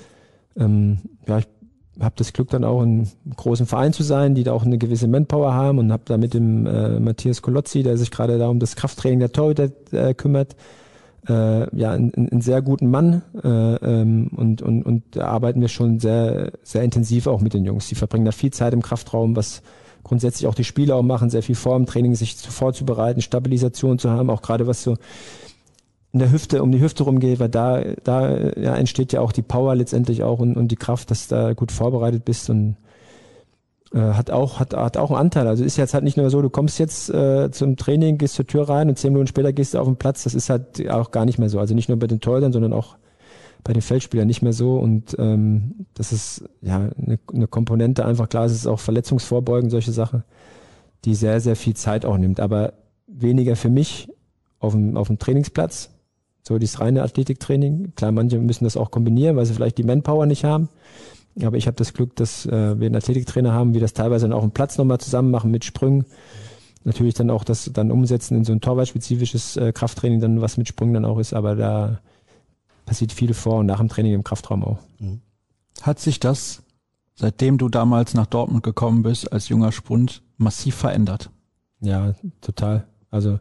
Ähm, ja, ich habe das Glück, dann auch in einem großen Verein zu sein, die da auch eine gewisse Manpower haben und habe da mit dem äh, Matthias Kolozzi, der sich gerade da um das Krafttraining der Torhüter äh, kümmert, äh, ja, einen, einen sehr guten Mann äh, ähm, und, und, und da arbeiten wir schon sehr, sehr intensiv auch mit den Jungs. Die verbringen da viel Zeit im Kraftraum, was grundsätzlich auch die Spieler auch machen, sehr viel vor dem Training, sich vorzubereiten, Stabilisation zu haben, auch gerade was so in der Hüfte, um die Hüfte rumgeht, weil da, da ja, entsteht ja auch die Power letztendlich auch und, und die Kraft, dass du da gut vorbereitet bist und äh, hat auch hat, hat auch einen Anteil. Also ist jetzt halt nicht nur so, du kommst jetzt äh, zum Training, gehst zur Tür rein und zehn Minuten später gehst du auf den Platz. Das ist halt auch gar nicht mehr so. Also nicht nur bei den Torhütern, sondern auch bei den Feldspielern nicht mehr so und ähm, das ist ja eine, eine Komponente einfach, klar, es ist auch Verletzungsvorbeugen, solche Sachen, die sehr, sehr viel Zeit auch nimmt, aber weniger für mich auf dem, auf dem Trainingsplatz. So dieses reine Athletiktraining. Klar, manche müssen das auch kombinieren, weil sie vielleicht die Manpower nicht haben. Aber ich habe das Glück, dass äh, wir einen Athletiktrainer haben, wir das teilweise dann auch im Platz nochmal zusammen machen mit Sprüngen. Natürlich dann auch das dann umsetzen in so ein torwartspezifisches äh, Krafttraining, dann was mit Sprüngen dann auch ist. Aber da passiert viel vor und nach dem Training im Kraftraum auch. Hat sich das, seitdem du damals nach Dortmund gekommen bist, als junger Spund, massiv verändert? Ja, total. Also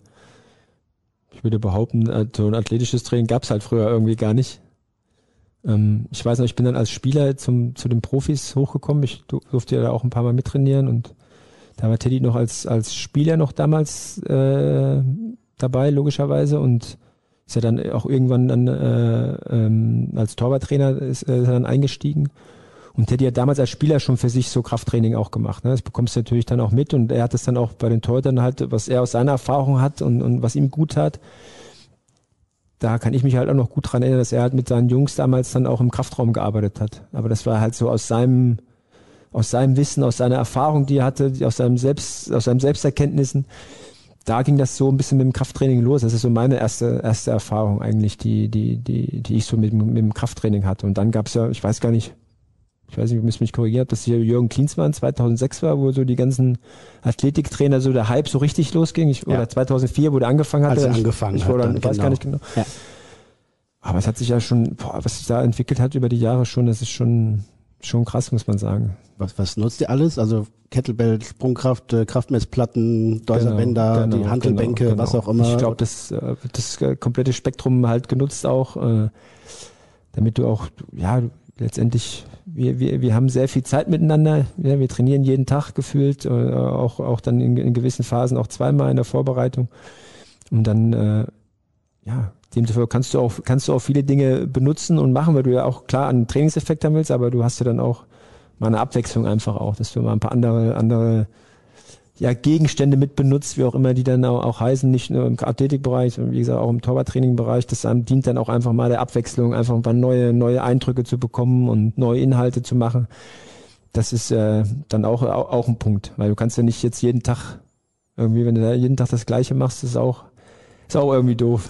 ich würde behaupten, so ein athletisches Training gab es halt früher irgendwie gar nicht. Ähm, ich weiß noch, ich bin dann als Spieler zum, zu den Profis hochgekommen. Ich durfte ja da auch ein paar Mal mittrainieren und da war Teddy noch als, als Spieler noch damals äh, dabei, logischerweise, und ist ja dann auch irgendwann dann äh, ähm, als Torwarttrainer ist, äh, ist er dann eingestiegen. Und Teddy hat damals als Spieler schon für sich so Krafttraining auch gemacht. Ne? Das bekommst du natürlich dann auch mit und er hat es dann auch bei den Torhütern halt, was er aus seiner Erfahrung hat und, und was ihm gut hat. Da kann ich mich halt auch noch gut dran erinnern, dass er halt mit seinen Jungs damals dann auch im Kraftraum gearbeitet hat. Aber das war halt so aus seinem, aus seinem Wissen, aus seiner Erfahrung, die er hatte, aus seinem Selbst, aus seinen Selbsterkenntnissen. Da ging das so ein bisschen mit dem Krafttraining los. Das ist so meine erste, erste Erfahrung eigentlich, die, die, die, die ich so mit, mit dem Krafttraining hatte. Und dann gab's ja, ich weiß gar nicht, ich weiß nicht, ob ihr mich korrigiert habt, dass hier Jürgen Klinsmann zweitausendsechs war, wo so die ganzen Athletiktrainer, so der Hype so richtig losging. Ich, ja. Oder zweitausendvier, wo der angefangen hatte. Als er angefangen ich, ich hat. Oder, dann, ich weiß genau. gar nicht genau. Ja. Aber es hat sich ja schon, boah, was sich da entwickelt hat über die Jahre schon, das ist schon, schon krass, muss man sagen. Was, was nutzt ihr alles? Also Kettlebell, Sprungkraft, äh, Kraftmessplatten, Deuserbänder, genau, die genau, Hantelbänke, genau, was auch immer. Ich glaube, das, das komplette Spektrum halt genutzt auch, äh, damit du auch, ja, letztendlich, wir, wir, wir haben sehr viel Zeit miteinander, ja, wir trainieren jeden Tag gefühlt, äh, auch, auch dann in, in gewissen Phasen auch zweimal in der Vorbereitung. Und dann, äh, ja, demzufolge kannst du auch, kannst du auch viele Dinge benutzen und machen, weil du ja auch klar einen Trainingseffekt haben willst, aber du hast ja dann auch mal eine Abwechslung einfach auch, dass du mal ein paar andere, andere, ja, Gegenstände mit benutzt, wie auch immer die dann auch, auch heißen, nicht nur im Athletikbereich, sondern wie gesagt auch im Torwarttrainingbereich. Das dient dann auch einfach mal der Abwechslung, einfach ein paar neue, neue Eindrücke zu bekommen und neue Inhalte zu machen. Das ist äh, dann auch, auch, auch ein Punkt, weil du kannst ja nicht jetzt jeden Tag irgendwie, wenn du da jeden Tag das Gleiche machst, ist auch, ist auch irgendwie doof.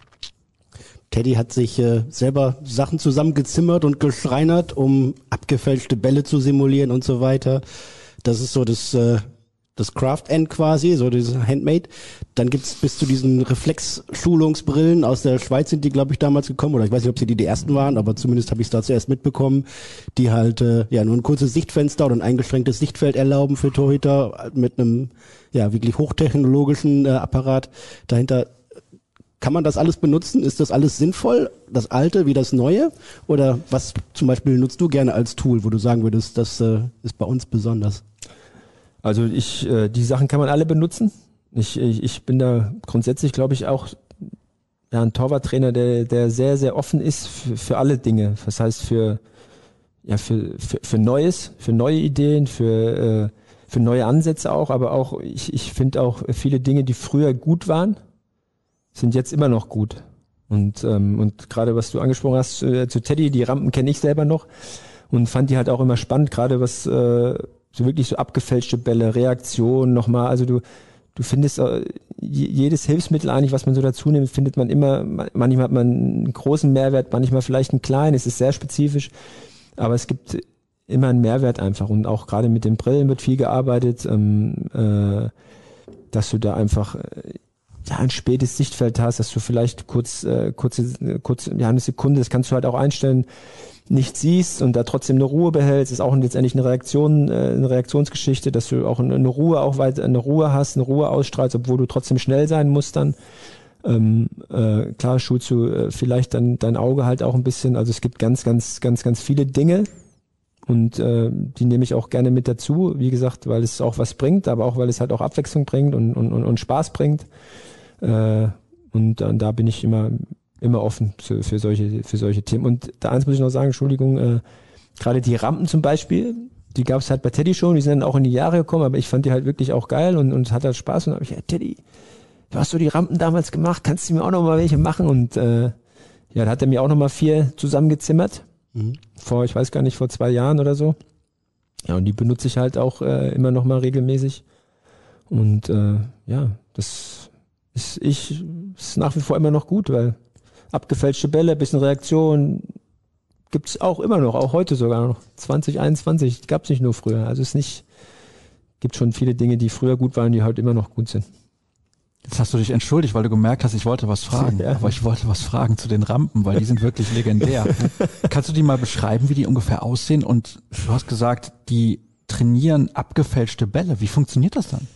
Teddy hat sich äh, selber Sachen zusammengezimmert und geschreinert, um abgefälschte Bälle zu simulieren und so weiter. Das ist so das äh, das Craft-End quasi, so dieses Handmade. Dann gibt's bis zu diesen Reflex-Schulungsbrillen aus der Schweiz sind die, glaube ich, damals gekommen, oder ich weiß nicht, ob sie die die ersten waren, aber zumindest habe ich es da zuerst mitbekommen, die halt äh, ja nur ein kurzes Sichtfenster oder ein eingeschränktes Sichtfeld erlauben für Torhüter mit einem ja wirklich hochtechnologischen äh, Apparat dahinter. Kann man das alles benutzen? Ist das alles sinnvoll? Das Alte wie das Neue? Oder was zum Beispiel nutzt du gerne als Tool, wo du sagen würdest, das äh, ist bei uns besonders? Also ich, äh, die Sachen kann man alle benutzen. Ich, ich, ich bin da grundsätzlich, glaube ich, auch ja, ein Torwarttrainer, der, der sehr, sehr offen ist für, für alle Dinge. Das heißt für, ja, für, für, für Neues, für neue Ideen, für, äh, für neue Ansätze auch. Aber auch, ich, ich finde auch viele Dinge, die früher gut waren, sind jetzt immer noch gut. Und, ähm, und gerade was du angesprochen hast, äh, zu Teddy, die Rampen kenne ich selber noch. und fand die halt auch immer spannend, gerade was äh, so wirklich so abgefälschte Bälle, Reaktion nochmal, also du du findest äh, jedes Hilfsmittel eigentlich, was man so dazu nimmt, findet man immer, manchmal hat man einen großen Mehrwert, manchmal vielleicht einen kleinen, es ist sehr spezifisch, aber es gibt immer einen Mehrwert einfach und auch gerade mit den Brillen wird viel gearbeitet, ähm, äh, dass du da einfach äh, ja, ein spätes Sichtfeld hast, dass du vielleicht kurz, äh, kurze, kurz, ja, eine Sekunde, das kannst du halt auch einstellen, nicht siehst und da trotzdem eine Ruhe behältst, ist auch letztendlich eine Reaktion, äh, eine Reaktionsgeschichte, dass du auch eine, eine Ruhe auch weiter, eine Ruhe hast, eine Ruhe ausstrahlst, obwohl du trotzdem schnell sein musst dann. Ähm, äh, klar schulst du äh, vielleicht dann dein Auge halt auch ein bisschen, also es gibt ganz, ganz, ganz, ganz viele Dinge und äh, die nehme ich auch gerne mit dazu, wie gesagt, weil es auch was bringt, aber auch weil es halt auch Abwechslung bringt und, und, und, und Spaß bringt. Äh, und dann da bin ich immer immer offen für, für solche für solche Themen. Und da eins muss ich noch sagen, Entschuldigung, äh, gerade die Rampen zum Beispiel, die gab es halt bei Teddy schon, die sind dann auch in die Jahre gekommen, aber ich fand die halt wirklich auch geil und und hat halt Spaß und habe ich, ja, Teddy, du hast so die Rampen damals gemacht, kannst du mir auch noch mal welche machen? Und äh, ja, da hat er mir auch noch mal vier zusammengezimmert, mhm. vor, ich weiß gar nicht, vor zwei Jahren oder so. Ja, und die benutze ich halt auch äh, immer noch mal regelmäßig. Und äh, ja, das ist, ich, ist nach wie vor immer noch gut, weil abgefälschte Bälle, bisschen Reaktion gibt's auch immer noch, auch heute sogar noch. zwanzig einundzwanzig gab's nicht nur früher. Also es ist nicht, gibt schon viele Dinge, die früher gut waren, die heute immer noch gut sind. Jetzt hast du dich entschuldigt, weil du gemerkt hast, ich wollte was fragen. Ja. Aber ich wollte was fragen zu den Rampen, weil die sind wirklich legendär. Kannst du die mal beschreiben, wie die ungefähr aussehen? Und du hast gesagt, die trainieren abgefälschte Bälle. Wie funktioniert das dann?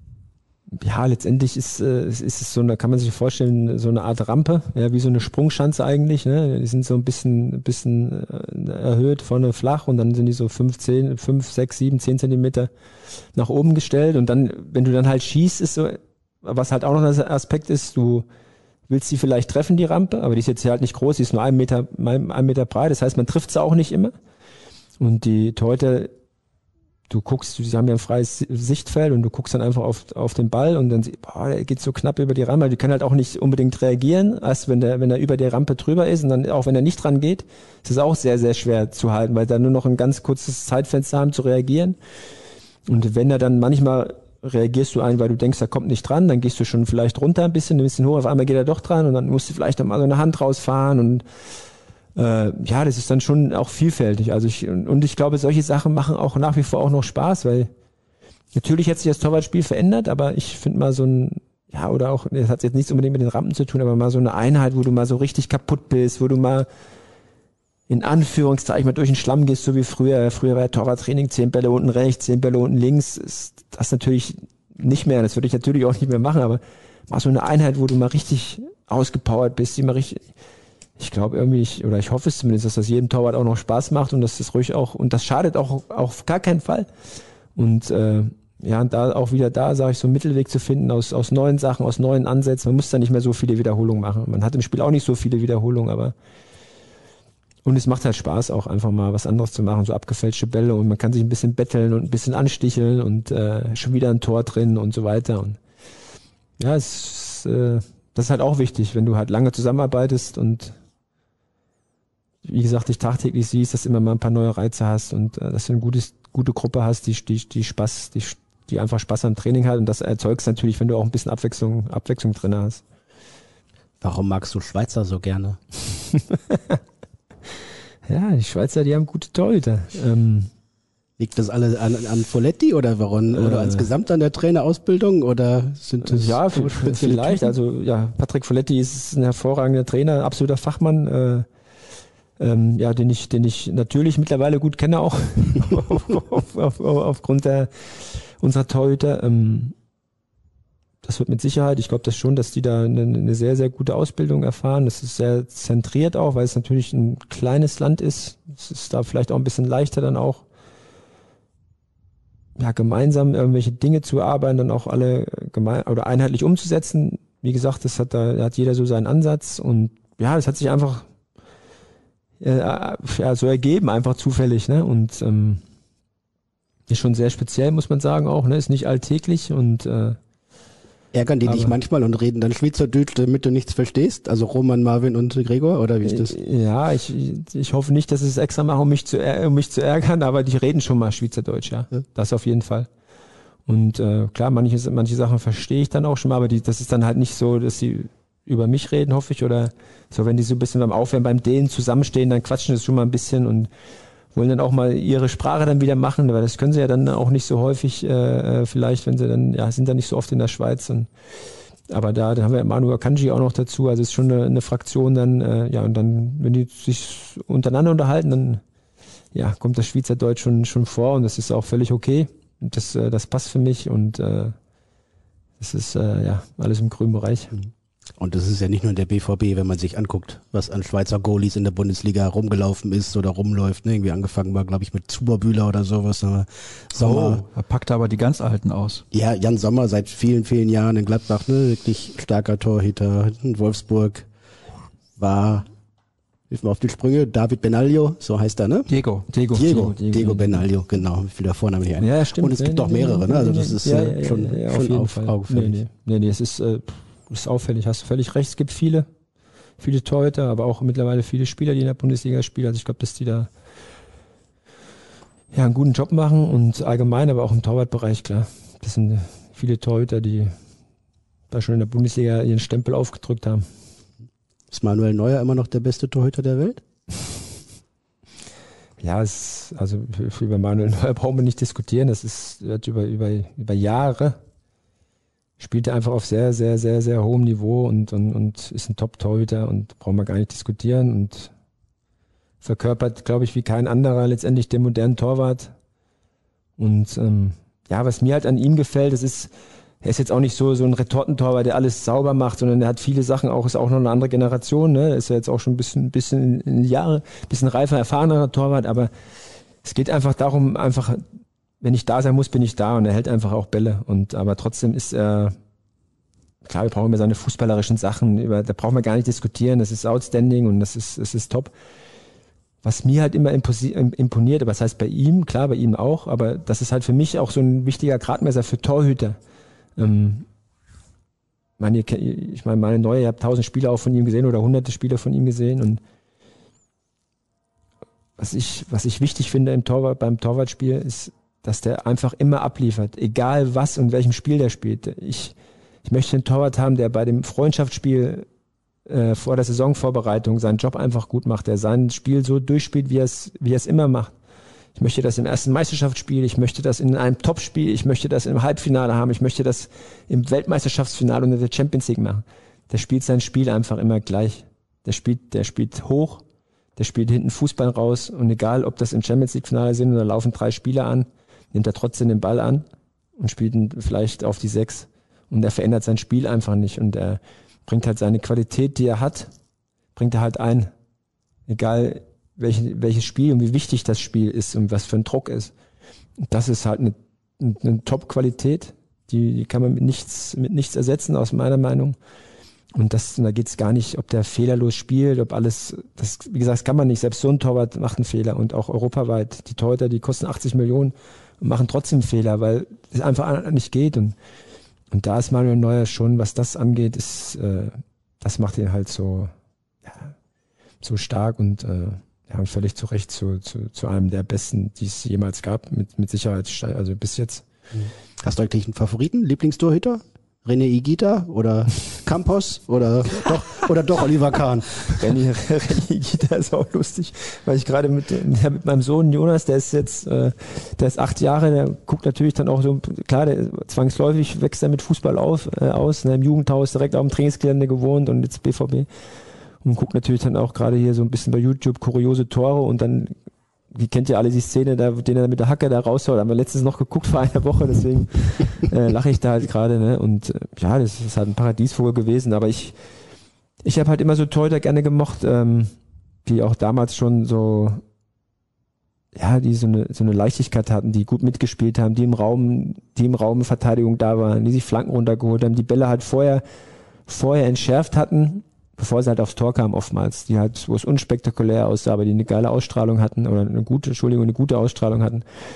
Ja, letztendlich ist, äh, ist es so, da kann man sich vorstellen, so eine Art Rampe, ja, wie so eine Sprungschanze eigentlich, ne? Die sind so ein bisschen, bisschen äh, erhöht, vorne flach und dann sind die so fünf, zehn, fünf, sechs, sieben, zehn Zentimeter nach oben gestellt und dann, wenn du dann halt schießt, ist so, was halt auch noch ein Aspekt ist, du willst sie vielleicht treffen, die Rampe, aber die ist jetzt halt nicht groß, die ist nur ein Meter, ein Meter breit, das heißt, man trifft sie auch nicht immer und die Torhüter, du guckst, sie haben ja ein freies Sichtfeld und du guckst dann einfach auf, auf den Ball und dann, boah, der geht so knapp über die Rampe. Die können halt auch nicht unbedingt reagieren, erst wenn der, wenn er über der Rampe drüber ist und dann auch wenn er nicht dran geht, ist es auch sehr, sehr schwer zu halten, weil da nur noch ein ganz kurzes Zeitfenster haben zu reagieren. Und wenn er dann manchmal reagierst du ein, weil du denkst, er kommt nicht dran, dann gehst du schon vielleicht runter ein bisschen, nimmst ihn hoch, auf einmal geht er doch dran und dann musst du vielleicht noch mal so eine Hand rausfahren und Äh, ja, das ist dann schon auch vielfältig. Also ich, und ich glaube, solche Sachen machen auch nach wie vor auch noch Spaß, weil natürlich hat sich das Torwartspiel verändert, aber ich finde mal so ein, ja, oder auch, das hat jetzt nichts unbedingt mit den Rampen zu tun, aber mal so eine Einheit, wo du mal so richtig kaputt bist, wo du mal in Anführungszeichen mal durch den Schlamm gehst, so wie früher. Früher war ja Torwarttraining, zehn Bälle unten rechts, zehn Bälle unten links. Ist das natürlich nicht mehr, das würde ich natürlich auch nicht mehr machen, aber mal so eine Einheit, wo du mal richtig ausgepowert bist, die mal richtig, ich glaube irgendwie, ich, oder ich hoffe es zumindest, dass das jedem Torwart auch noch Spaß macht und dass das ruhig auch, und das schadet auch, auch auf gar keinen Fall. Und äh, ja, und da auch wieder da, sage ich, so einen Mittelweg zu finden aus, aus neuen Sachen, aus neuen Ansätzen. Man muss da nicht mehr so viele Wiederholungen machen. Man hat im Spiel auch nicht so viele Wiederholungen, aber und es macht halt Spaß, auch einfach mal was anderes zu machen, so abgefälschte Bälle und man kann sich ein bisschen betteln und ein bisschen ansticheln und äh, schon wieder ein Tor drin und so weiter. Und ja, es ist, äh, das ist halt auch wichtig, wenn du halt lange zusammenarbeitest und wie gesagt, dich tagtäglich siehst, dass du immer mal ein paar neue Reize hast und äh, dass du eine gutes, gute Gruppe hast, die, die, die Spaß, die, die einfach Spaß am Training hat und das erzeugst natürlich, wenn du auch ein bisschen Abwechslung, Abwechslung drin hast. Warum magst du Schweizer so gerne? Ja, die Schweizer, die haben gute Torhüter. Ähm, Liegt das alle an, an Folletti oder warum? Äh, oder insgesamt an der Trainerausbildung oder sind das ja, vielleicht. Typen? Also ja, Patrick Folletti ist ein hervorragender Trainer, absoluter Fachmann. Äh, ähm, ja, den ich, den ich natürlich mittlerweile gut kenne auch auf, auf, auf, aufgrund der unserer Torhüter. Ähm, das wird mit Sicherheit. Ich glaube das schon, dass die da eine, eine sehr, sehr gute Ausbildung erfahren. Das ist sehr zentriert auch, weil es natürlich ein kleines Land ist. Es ist da vielleicht auch ein bisschen leichter dann auch, ja, gemeinsam irgendwelche Dinge zu arbeiten, dann auch alle gemein oder einheitlich umzusetzen. Wie gesagt, das hat da, da hat jeder so seinen Ansatz und ja, das hat sich einfach äh, ja, so ergeben, einfach zufällig, ne? Und ähm, ist schon sehr speziell, muss man sagen auch, ne? Ist nicht alltäglich und äh, Ärgern die Aber- dich manchmal und reden dann Schweizerdeutsch, damit du nichts verstehst? Also Roman, Marvin und Gregor, oder wie ist das? Ja, ich, ich hoffe nicht, dass sie es extra machen, um mich zu, är- um mich zu ärgern, aber die reden schon mal Schweizerdeutsch, ja. Ja. Das auf jeden Fall. Und äh, klar, manche, manche Sachen verstehe ich dann auch schon mal, aber die, das ist dann halt nicht so, dass sie über mich reden, hoffe ich, oder so, wenn die so ein bisschen beim Aufwärmen, beim Dehnen zusammenstehen, dann quatschen das schon mal ein bisschen und wollen dann auch mal ihre Sprache dann wieder machen, weil das können sie ja dann auch nicht so häufig, äh, vielleicht, wenn sie dann, ja, sind dann nicht so oft in der Schweiz. Und, aber da, dann haben wir Manu Akanji auch noch dazu, also es ist schon eine, eine Fraktion dann, äh, ja, und dann, wenn die sich untereinander unterhalten, dann, ja, kommt das Schweizerdeutsch schon, schon vor und das ist auch völlig okay. Und das, äh, das passt für mich und äh, das ist, äh, ja, alles im grünen Bereich. Und das ist ja nicht nur der B V B, wenn man sich anguckt, was an Schweizer Goalies in der Bundesliga rumgelaufen ist oder rumläuft. Ne? Irgendwie angefangen war, glaube ich, mit Zuberbühler oder sowas. Aber Sommer, Oh, er packt aber die ganz Alten aus. ja, Jan Sommer seit vielen, vielen Jahren in Gladbach, ne, wirklich starker Torhüter. In Wolfsburg war, hilf mir auf die Sprünge, David Benaglio, so heißt er, ne? Diego. Diego, Diego, Diego Benaglio, genau, wie viel der Vorname hier ein. Ja, stimmt. Und es gibt Nee, auch nee, mehrere, nee, ne? Also nee, das ist ja, äh, ja, schon, ja, ja, schon auf jeden auf, Fall. auffällig. Nee, nee, nee, nee, es ist, äh, ist auffällig, hast du völlig recht. Es gibt viele, viele Torhüter, aber auch mittlerweile viele Spieler, die in der Bundesliga spielen. Also ich glaube, dass die da ja einen guten Job machen und allgemein, aber auch im Torwartbereich, klar. Das sind äh, viele Torhüter, die da schon in der Bundesliga ihren Stempel aufgedrückt haben. Ist Manuel Neuer immer noch der beste Torhüter der Welt? Ja, es, also für, für über Manuel Neuer brauchen wir nicht diskutieren. Das ist wird über, über, über Jahre spielt er einfach auf sehr, sehr, sehr, sehr hohem Niveau und, und, und ist ein Top-Torhüter und brauchen wir gar nicht diskutieren und verkörpert, glaube ich, wie kein anderer letztendlich den modernen Torwart. Und ähm, ja, was mir halt an ihm gefällt, das ist, er ist jetzt auch nicht so so ein Retortentorwart, der alles sauber macht, sondern er hat viele Sachen, auch ist auch noch eine andere Generation, ne? Ist ja jetzt auch schon ein bisschen, bisschen in die Jahre, bisschen reifer, erfahrener Torwart, aber es geht einfach darum, einfach, wenn ich da sein muss, bin ich da und er hält einfach auch Bälle. Und aber trotzdem ist er, klar, wir brauchen immer seine fußballerischen Sachen, über, da brauchen wir gar nicht diskutieren, das ist outstanding und das ist, das ist top. Was mir halt immer imponiert, aber das heißt bei ihm, klar, bei ihm auch, aber das ist halt für mich auch so ein wichtiger Gradmesser für Torhüter. Ähm, meine, ich meine, meine neue, ihr habt tausend Spiele auch von ihm gesehen oder hunderte Spiele von ihm gesehen und was ich, was ich wichtig finde im Torwart, beim Torwartspiel ist, dass der einfach immer abliefert, egal was und welchem Spiel der spielt. Ich, ich möchte einen Torwart haben, der bei dem Freundschaftsspiel äh, vor der Saisonvorbereitung seinen Job einfach gut macht, der sein Spiel so durchspielt, wie er es, wie er es immer macht. Ich möchte das im ersten Meisterschaftsspiel, ich möchte das in einem Topspiel, ich möchte das im Halbfinale haben, ich möchte das im Weltmeisterschaftsfinale und in der Champions League machen. Der spielt sein Spiel einfach immer gleich. Der spielt, der spielt hoch, der spielt hinten Fußball raus und egal, ob das im Champions League Finale sind oder laufen drei Spieler an, nimmt er trotzdem den Ball an und spielt ihn vielleicht auf die Sechs. Und er verändert sein Spiel einfach nicht. Und er bringt halt seine Qualität, die er hat, bringt er halt ein. Egal welche, welches Spiel und wie wichtig das Spiel ist und was für ein Druck ist. Und das ist halt eine, eine Top-Qualität, die, die kann man mit nichts, mit nichts ersetzen, aus meiner Meinung. Und das, da geht es gar nicht, ob der fehlerlos spielt, ob alles, das, wie gesagt, das kann man nicht. Selbst so ein Torwart macht einen Fehler und auch europaweit. Die Torhüter, die kosten achtzig Millionen und machen trotzdem Fehler, weil es einfach nicht geht. Und, und da ist Manuel Neuer schon, was das angeht, ist, äh, das macht ihn halt so, ja, so stark und, äh, ja, und völlig zu Recht zu, zu, zu einem der besten, die es jemals gab, mit, mit Sicherheit, also bis jetzt. Hast du eigentlich einen Favoriten, Lieblingstorhüter? René Higuita oder Campos oder doch, oder doch Oliver Kahn? René, René Higuita ist auch lustig, weil ich gerade mit, ja, mit meinem Sohn Jonas, der ist jetzt, äh, der ist acht Jahre, der guckt natürlich dann auch so, klar, der zwangsläufig wächst er mit Fußball auf, äh, aus, ne, im Jugendhaus direkt auf dem Trainingsgelände gewohnt und jetzt B V B und guckt natürlich dann auch gerade hier so ein bisschen bei YouTube kuriose Tore und dann, die kennt ihr alle die Szene, da, den er mit der Hacke da raushaut, haben wir letztens noch geguckt vor einer Woche, deswegen äh, lache ich da halt gerade, ne? Und äh, ja, das ist halt ein Paradiesvogel gewesen, aber ich ich habe halt immer so Torhüter gerne gemocht, ähm, die auch damals schon so, ja, die so eine so eine Leichtigkeit hatten, die gut mitgespielt haben, die im Raum, die im Raum Verteidigung da waren, die sich Flanken runtergeholt haben, die Bälle halt vorher vorher entschärft hatten, bevor sie halt aufs Tor kamen oftmals, die halt, wo es unspektakulär aussah, aber die eine geile Ausstrahlung hatten oder eine gute, Entschuldigung, eine gute Ausstrahlung hatten.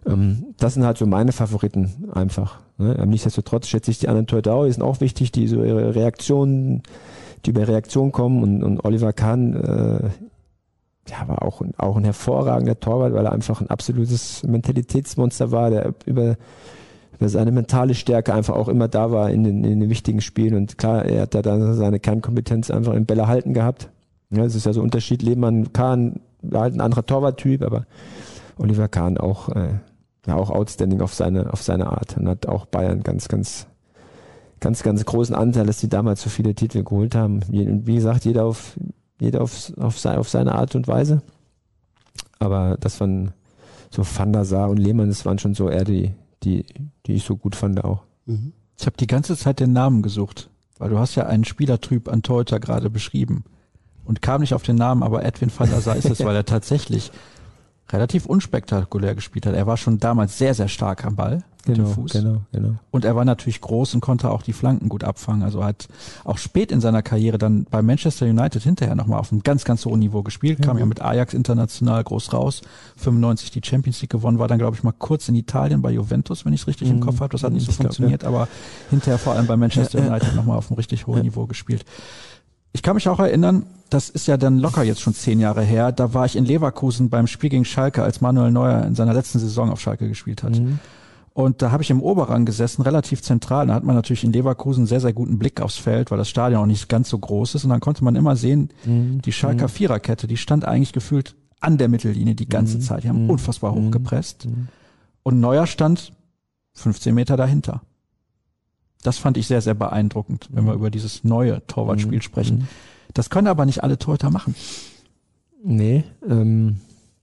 Ähm, das sind halt so meine Favoriten einfach. Ne? Nichtsdestotrotz schätze ich die anderen Torhüter auch, die sind auch wichtig, die so ihre Reaktionen, die über Reaktionen kommen und, und Oliver Kahn äh, ja, war auch, auch ein hervorragender Torwart, weil er einfach ein absolutes Mentalitätsmonster war, der über, über seine mentale Stärke einfach auch immer da war in den, in den wichtigen Spielen. Und klar, er hat da dann seine Kernkompetenz einfach im Bälle halten gehabt. Ja, es ist ja so ein Unterschied, Lehmann, Kahn, war halt ein anderer Torwarttyp, aber Oliver Kahn auch, äh, ja, auch outstanding auf seine, auf seine Art und hat auch Bayern ganz, ganz, ganz, ganz großen Anteil, dass sie damals so viele Titel geholt haben. Wie gesagt, jeder auf, jeder auf, auf, seine, auf seine Art und Weise. Aber das waren so Van der Sar und Lehmann, das waren schon so eher die, die, die ich so gut fand auch. Mhm. Ich habe die ganze Zeit den Namen gesucht, weil du hast ja einen Spielertyp an Torhüter gerade beschrieben und kam nicht auf den Namen, aber Edwin van der Sar ist es, weil er tatsächlich relativ unspektakulär gespielt hat. Er war schon damals sehr, sehr stark am Ball mit genau, dem Fuß. Genau, genau. Und er war natürlich groß und konnte auch die Flanken gut abfangen. Also hat auch spät in seiner Karriere dann bei Manchester United hinterher nochmal auf einem ganz, ganz hohen Niveau gespielt. Kam mhm. ja mit Ajax international groß raus. fünfundneunzig die Champions League gewonnen, war dann, glaube ich, mal kurz in Italien bei Juventus, wenn ich es richtig mhm. im Kopf habe. Das hat nicht so ich funktioniert, glaub, ja. aber hinterher vor allem bei Manchester ja, United ja. nochmal auf einem richtig hohen ja. Niveau gespielt. Ich kann mich auch erinnern, das ist ja dann locker jetzt schon zehn Jahre her, da war ich in Leverkusen beim Spiel gegen Schalke, als Manuel Neuer in seiner letzten Saison auf Schalke gespielt hat. Mhm. Und da habe ich im Oberrang gesessen, relativ zentral. Da hat man natürlich in Leverkusen einen sehr, sehr guten Blick aufs Feld, weil das Stadion auch nicht ganz so groß ist. Und dann konnte man immer sehen, mhm. die Schalker Viererkette, die stand eigentlich gefühlt an der Mittellinie die ganze mhm. Zeit. Die haben mhm. unfassbar hoch gepresst. Mhm. Und Neuer stand fünfzehn Meter dahinter. Das fand ich sehr, sehr beeindruckend, wenn wir über dieses neue Torwartspiel mhm. sprechen. Das können aber nicht alle Torhüter machen. Nee, ähm,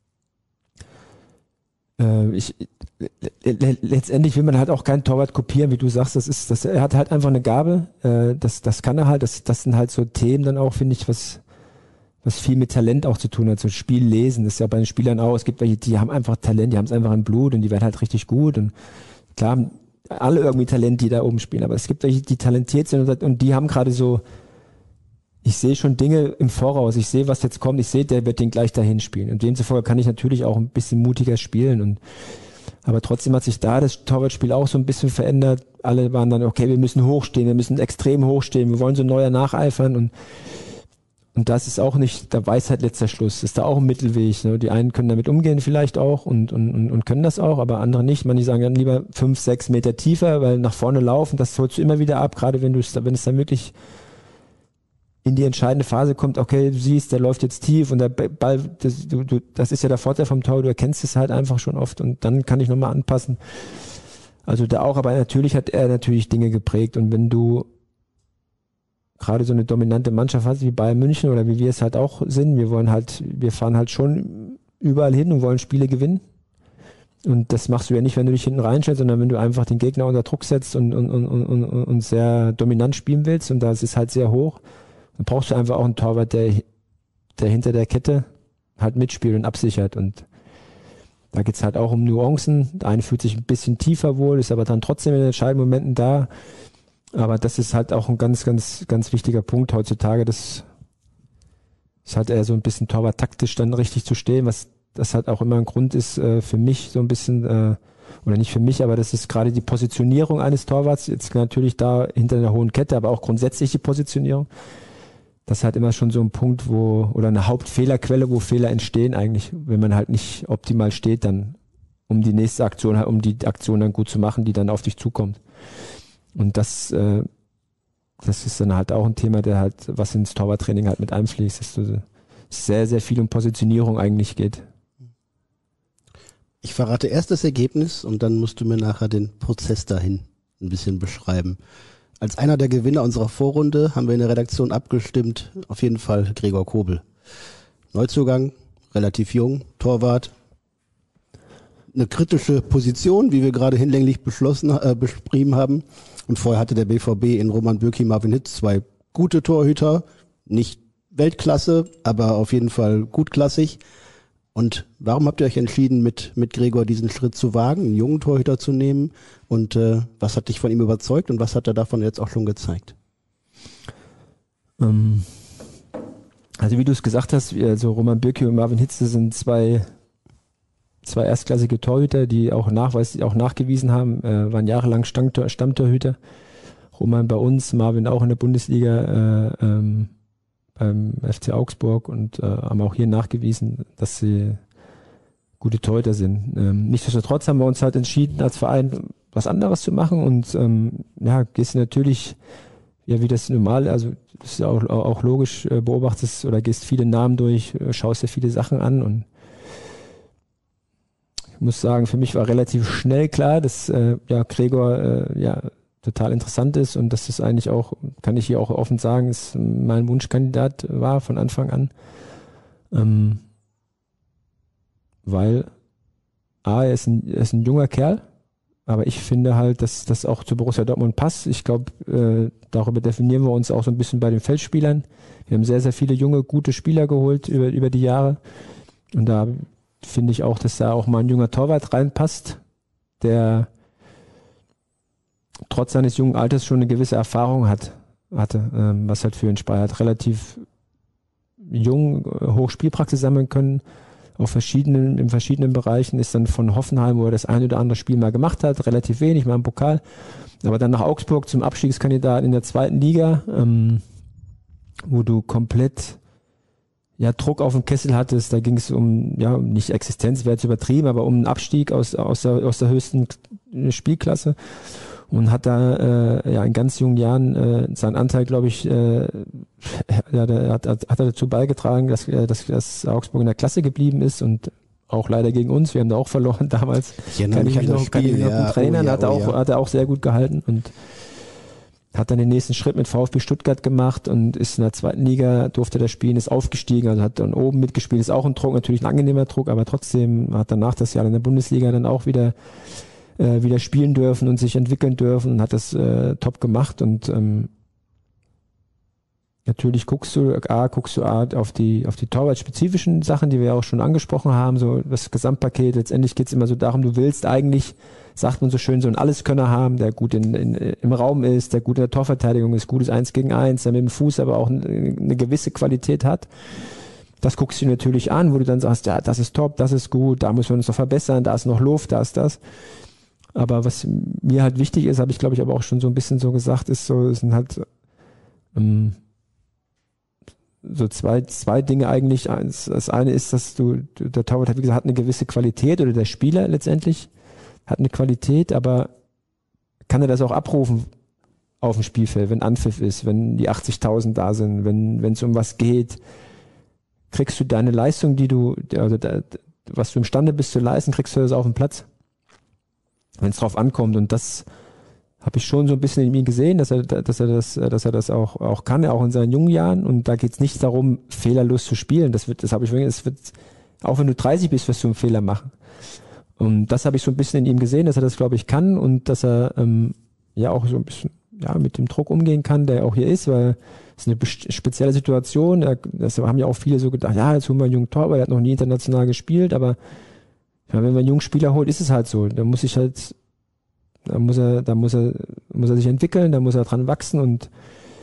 äh, ich, le- letztendlich will man halt auch keinen Torwart kopieren, wie du sagst, das ist, das, er hat halt einfach eine Gabe, äh, das, das kann er halt, das, das sind halt so Themen dann auch, finde ich, was, was viel mit Talent auch zu tun hat, so Spiel lesen, das ist ja bei den Spielern auch, es gibt welche, die haben einfach Talent, die haben es einfach im Blut und die werden halt richtig gut und klar haben alle irgendwie Talent, die da oben spielen, aber es gibt welche, die talentiert sind und, und die haben gerade so, ich sehe schon Dinge im Voraus, ich sehe, was jetzt kommt, ich sehe, der wird den gleich dahin spielen und demzufolge kann ich natürlich auch ein bisschen mutiger spielen und aber trotzdem hat sich da das Torwartspiel auch so ein bisschen verändert, alle waren dann, okay, wir müssen hochstehen, wir müssen extrem hochstehen, wir wollen so neuer nacheifern und Und das ist auch nicht der Weisheit letzter Schluss. Das ist da auch ein Mittelweg. Ne? Die einen können damit umgehen vielleicht auch und, und, und können das auch, aber andere nicht. Manche sagen dann lieber fünf, sechs Meter tiefer, weil nach vorne laufen, das holst du immer wieder ab, gerade wenn du es, wenn es dann wirklich in die entscheidende Phase kommt, okay, du siehst, der läuft jetzt tief und der Ball, das, du, du, das ist ja der Vorteil vom Tor, du erkennst es halt einfach schon oft und dann kann ich nochmal anpassen. Also da auch, aber natürlich hat er natürlich Dinge geprägt und wenn du gerade so eine dominante Mannschaft hast wie Bayern München oder wie wir es halt auch sind, wir wollen halt, wir fahren halt schon überall hin und wollen Spiele gewinnen. Und das machst du ja nicht, wenn du dich hinten reinstellst, sondern wenn du einfach den Gegner unter Druck setzt und, und, und, und, und sehr dominant spielen willst und das ist halt sehr hoch, dann brauchst du einfach auch einen Torwart, der, der hinter der Kette halt mitspielt und absichert und da geht's halt auch um Nuancen. Der eine fühlt sich ein bisschen tiefer wohl, ist aber dann trotzdem in den entscheidenden Momenten da. Aber das ist halt auch ein ganz, ganz, ganz wichtiger Punkt heutzutage. Das ist halt eher so ein bisschen torwarttaktisch dann richtig zu stehen, was das halt auch immer ein Grund ist äh, für mich so ein bisschen, äh, oder nicht für mich, aber das ist gerade die Positionierung eines Torwarts, jetzt natürlich da hinter einer hohen Kette, aber auch grundsätzlich die Positionierung. Das ist halt immer schon so ein Punkt, wo, oder eine Hauptfehlerquelle, wo Fehler entstehen eigentlich, wenn man halt nicht optimal steht, dann um die nächste Aktion, um die Aktion dann gut zu machen, die dann auf dich zukommt. Und das, äh, das ist dann halt auch ein Thema, der halt, was ins Torwarttraining halt mit einfließt, dass du sehr, sehr viel um Positionierung eigentlich geht. Ich verrate erst das Ergebnis und dann musst du mir nachher den Prozess dahin ein bisschen beschreiben. Als einer der Gewinner unserer Vorrunde haben wir in der Redaktion abgestimmt, auf jeden Fall Gregor Kobel. Neuzugang, relativ jung, Torwart, eine kritische Position, wie wir gerade hinlänglich beschlossen, äh, beschrieben haben. Und vorher hatte der B V B in Roman Bürki, Marvin Hitz zwei gute Torhüter, nicht Weltklasse, aber auf jeden Fall gutklassig. Und warum habt ihr euch entschieden, mit mit Gregor diesen Schritt zu wagen, einen jungen Torhüter zu nehmen? Und äh, was hat dich von ihm überzeugt und was hat er davon jetzt auch schon gezeigt? Ähm, also wie du es gesagt hast, also Roman Bürki und Marvin Hitz sind zwei zwei erstklassige Torhüter, die auch nachweislich auch nachgewiesen haben, äh, waren jahrelang Stammtor, Stammtorhüter. Roman bei uns, Marvin auch in der Bundesliga äh, ähm, beim F C Augsburg und äh, haben auch hier nachgewiesen, dass sie gute Torhüter sind. Ähm, nichtsdestotrotz haben wir uns halt entschieden, als Verein was anderes zu machen und ähm, ja, gehst du natürlich, ja, wie das normal, also das ist auch, auch logisch, äh, beobachtest oder gehst viele Namen durch, äh, schaust dir viele Sachen an und ich muss sagen, für mich war relativ schnell klar, dass äh, ja, Gregor äh, ja total interessant ist und dass das eigentlich auch, kann ich hier auch offen sagen, ist mein Wunschkandidat war von Anfang an. Ähm, weil A, er ist, ein, er ist ein junger Kerl, aber ich finde halt, dass das auch zu Borussia Dortmund passt. Ich glaube, äh, darüber definieren wir uns auch so ein bisschen bei den Feldspielern. Wir haben sehr, sehr viele junge, gute Spieler geholt über, über die Jahre und da finde ich auch, dass da auch mal ein junger Torwart reinpasst, der trotz seines jungen Alters schon eine gewisse Erfahrung hat, hatte, ähm, was halt für ihn Speyer hat. Relativ jung, hoch Spielpraxis sammeln können, auf verschiedenen, in verschiedenen Bereichen, ist dann von Hoffenheim, wo er das ein oder andere Spiel mal gemacht hat, relativ wenig, mal im Pokal, aber dann nach Augsburg zum Abstiegskandidaten in der zweiten Liga, ähm, wo du komplett ja, Druck auf dem Kessel hattest, da ging es um, ja, nicht Existenz, wäre jetzt übertrieben, aber um einen Abstieg aus, aus, der, aus der höchsten Spielklasse und hat da äh, ja in ganz jungen Jahren äh, seinen Anteil, glaube ich, äh, ja, der hat, hat, hat er dazu beigetragen, dass, dass, dass Augsburg in der Klasse geblieben ist und auch leider gegen uns, wir haben da auch verloren damals. Ich erinnere mich an das Kann ich Spiel, noch ja, gut Trainer, oh ja, hat, er oh auch, ja. hat er auch sehr gut gehalten und hat dann den nächsten Schritt mit VfB Stuttgart gemacht und ist in der zweiten Liga, durfte da spielen, ist aufgestiegen, also hat dann oben mitgespielt, ist auch ein Druck, natürlich ein angenehmer Druck, aber trotzdem hat danach das Jahr in der Bundesliga dann auch wieder äh, wieder spielen dürfen und sich entwickeln dürfen und hat das äh, top gemacht und ähm, natürlich guckst du, A, guckst du A, auf die, auf die torwartspezifischen Sachen, die wir ja auch schon angesprochen haben, so das Gesamtpaket. Letztendlich geht es immer so darum, du willst eigentlich, sagt man so schön, so einen Alleskönner haben, der gut in, in, im Raum ist, der gut in der Torverteidigung ist, gutes Eins gegen Eins, der mit dem Fuß aber auch eine, eine gewisse Qualität hat. Das guckst du natürlich an, wo du dann sagst, ja, das ist top, das ist gut, da müssen wir uns noch verbessern, da ist noch Luft, da ist das. Aber was mir halt wichtig ist, habe ich glaube ich aber auch schon so ein bisschen so gesagt, ist so, es sind halt ähm, so zwei, zwei Dinge eigentlich. Eins, das eine ist, dass du, der Torwart hat, wie gesagt, hat eine gewisse Qualität oder der Spieler letztendlich hat eine Qualität, aber kann er das auch abrufen auf dem Spielfeld, wenn Anpfiff ist, wenn die achtzigtausend da sind, wenn wenn es um was geht, kriegst du deine Leistung, die du, also da, was du imstande bist zu leisten, kriegst du das auf den Platz, wenn es drauf ankommt und das habe ich schon so ein bisschen in ihm gesehen, dass er, dass er das, dass er das auch, auch kann, auch in seinen jungen Jahren. Und da geht es nicht darum, fehlerlos zu spielen. Das wird, das habe ich, es wird, auch wenn du dreißig bist, wirst du einen Fehler machen. Und das habe ich so ein bisschen in ihm gesehen, dass er das, glaube ich, kann und dass er ähm, ja auch so ein bisschen ja mit dem Druck umgehen kann, der auch hier ist, weil es ist eine spezielle Situation. Er, das haben ja auch viele so gedacht, ja, jetzt holen wir einen jungen Torwart, der hat noch nie international gespielt, aber ja, wenn man einen jungen Spieler holt, ist es halt so. Da muss ich halt Da muss er, da muss er, muss er sich entwickeln, da muss er dran wachsen und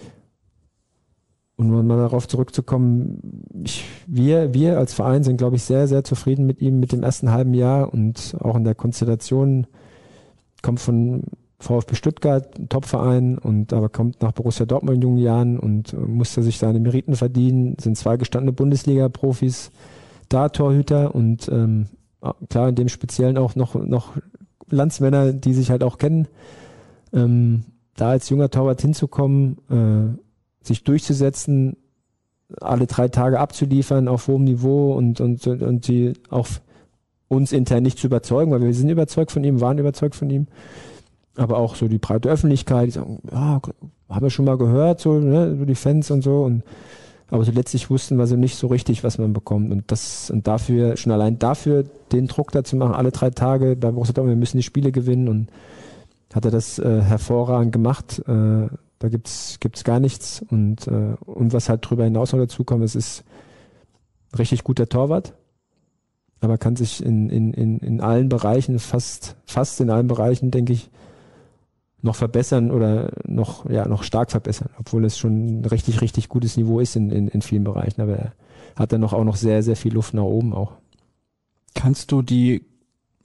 und um mal darauf zurückzukommen, ich, wir, wir als Verein sind, glaube ich, sehr, sehr zufrieden mit ihm, mit dem ersten halben Jahr und auch in der Konstellation, kommt von VfB Stuttgart, ein Top-Verein und aber kommt nach Borussia Dortmund in jungen Jahren und musste sich seine Meriten verdienen, sind zwei gestandene Bundesliga-Profis, da Torhüter und ähm, klar in dem Speziellen auch noch, noch Landsmänner, die sich halt auch kennen, ähm, da als junger Torwart hinzukommen, äh, sich durchzusetzen, alle drei Tage abzuliefern auf hohem Niveau und und und sie auch uns intern nicht zu überzeugen, weil wir sind überzeugt von ihm, waren überzeugt von ihm, aber auch so die breite Öffentlichkeit, die sagen, ja, haben wir schon mal gehört, so, ne, so die Fans und so und aber so letztlich wussten wir so nicht so richtig, was man bekommt. Und das, und dafür, schon allein dafür, den Druck dazu machen, alle drei Tage, bei Borussia Dortmund, wir müssen die Spiele gewinnen und hat er das äh, hervorragend gemacht. Äh, da gibt's, gibt's gar nichts. Und, äh, und was halt drüber hinaus noch dazu kommt, es ist ein richtig guter Torwart, aber kann sich in, in, in, in allen Bereichen, fast, fast in allen Bereichen, denke ich, noch verbessern oder noch, ja, noch stark verbessern, obwohl es schon ein richtig, richtig gutes Niveau ist in, in, in vielen Bereichen, aber er hat dann noch auch noch sehr, sehr viel Luft nach oben auch. Kannst du die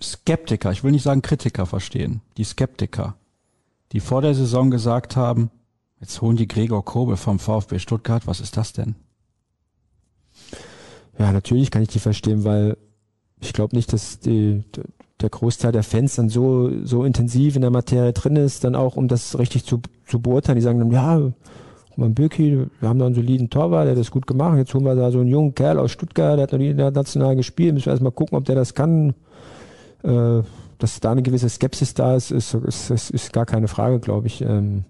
Skeptiker, ich will nicht sagen Kritiker verstehen, die Skeptiker, die vor der Saison gesagt haben, jetzt holen die Gregor Kobel vom VfB Stuttgart, was ist das denn? Ja, natürlich kann ich die verstehen, weil ich glaube nicht, dass die, der Großteil der Fans dann so so intensiv in der Materie drin ist, dann auch, um das richtig zu, zu beurteilen. Die sagen dann, ja, man Birki, wir haben da einen soliden Torwart, der hat das gut gemacht, jetzt holen wir da so einen jungen Kerl aus Stuttgart, der hat noch nie international gespielt, müssen wir erstmal gucken, ob der das kann. Äh, dass da eine gewisse Skepsis da ist, ist, ist, ist, ist gar keine Frage, glaube ich. Ähm,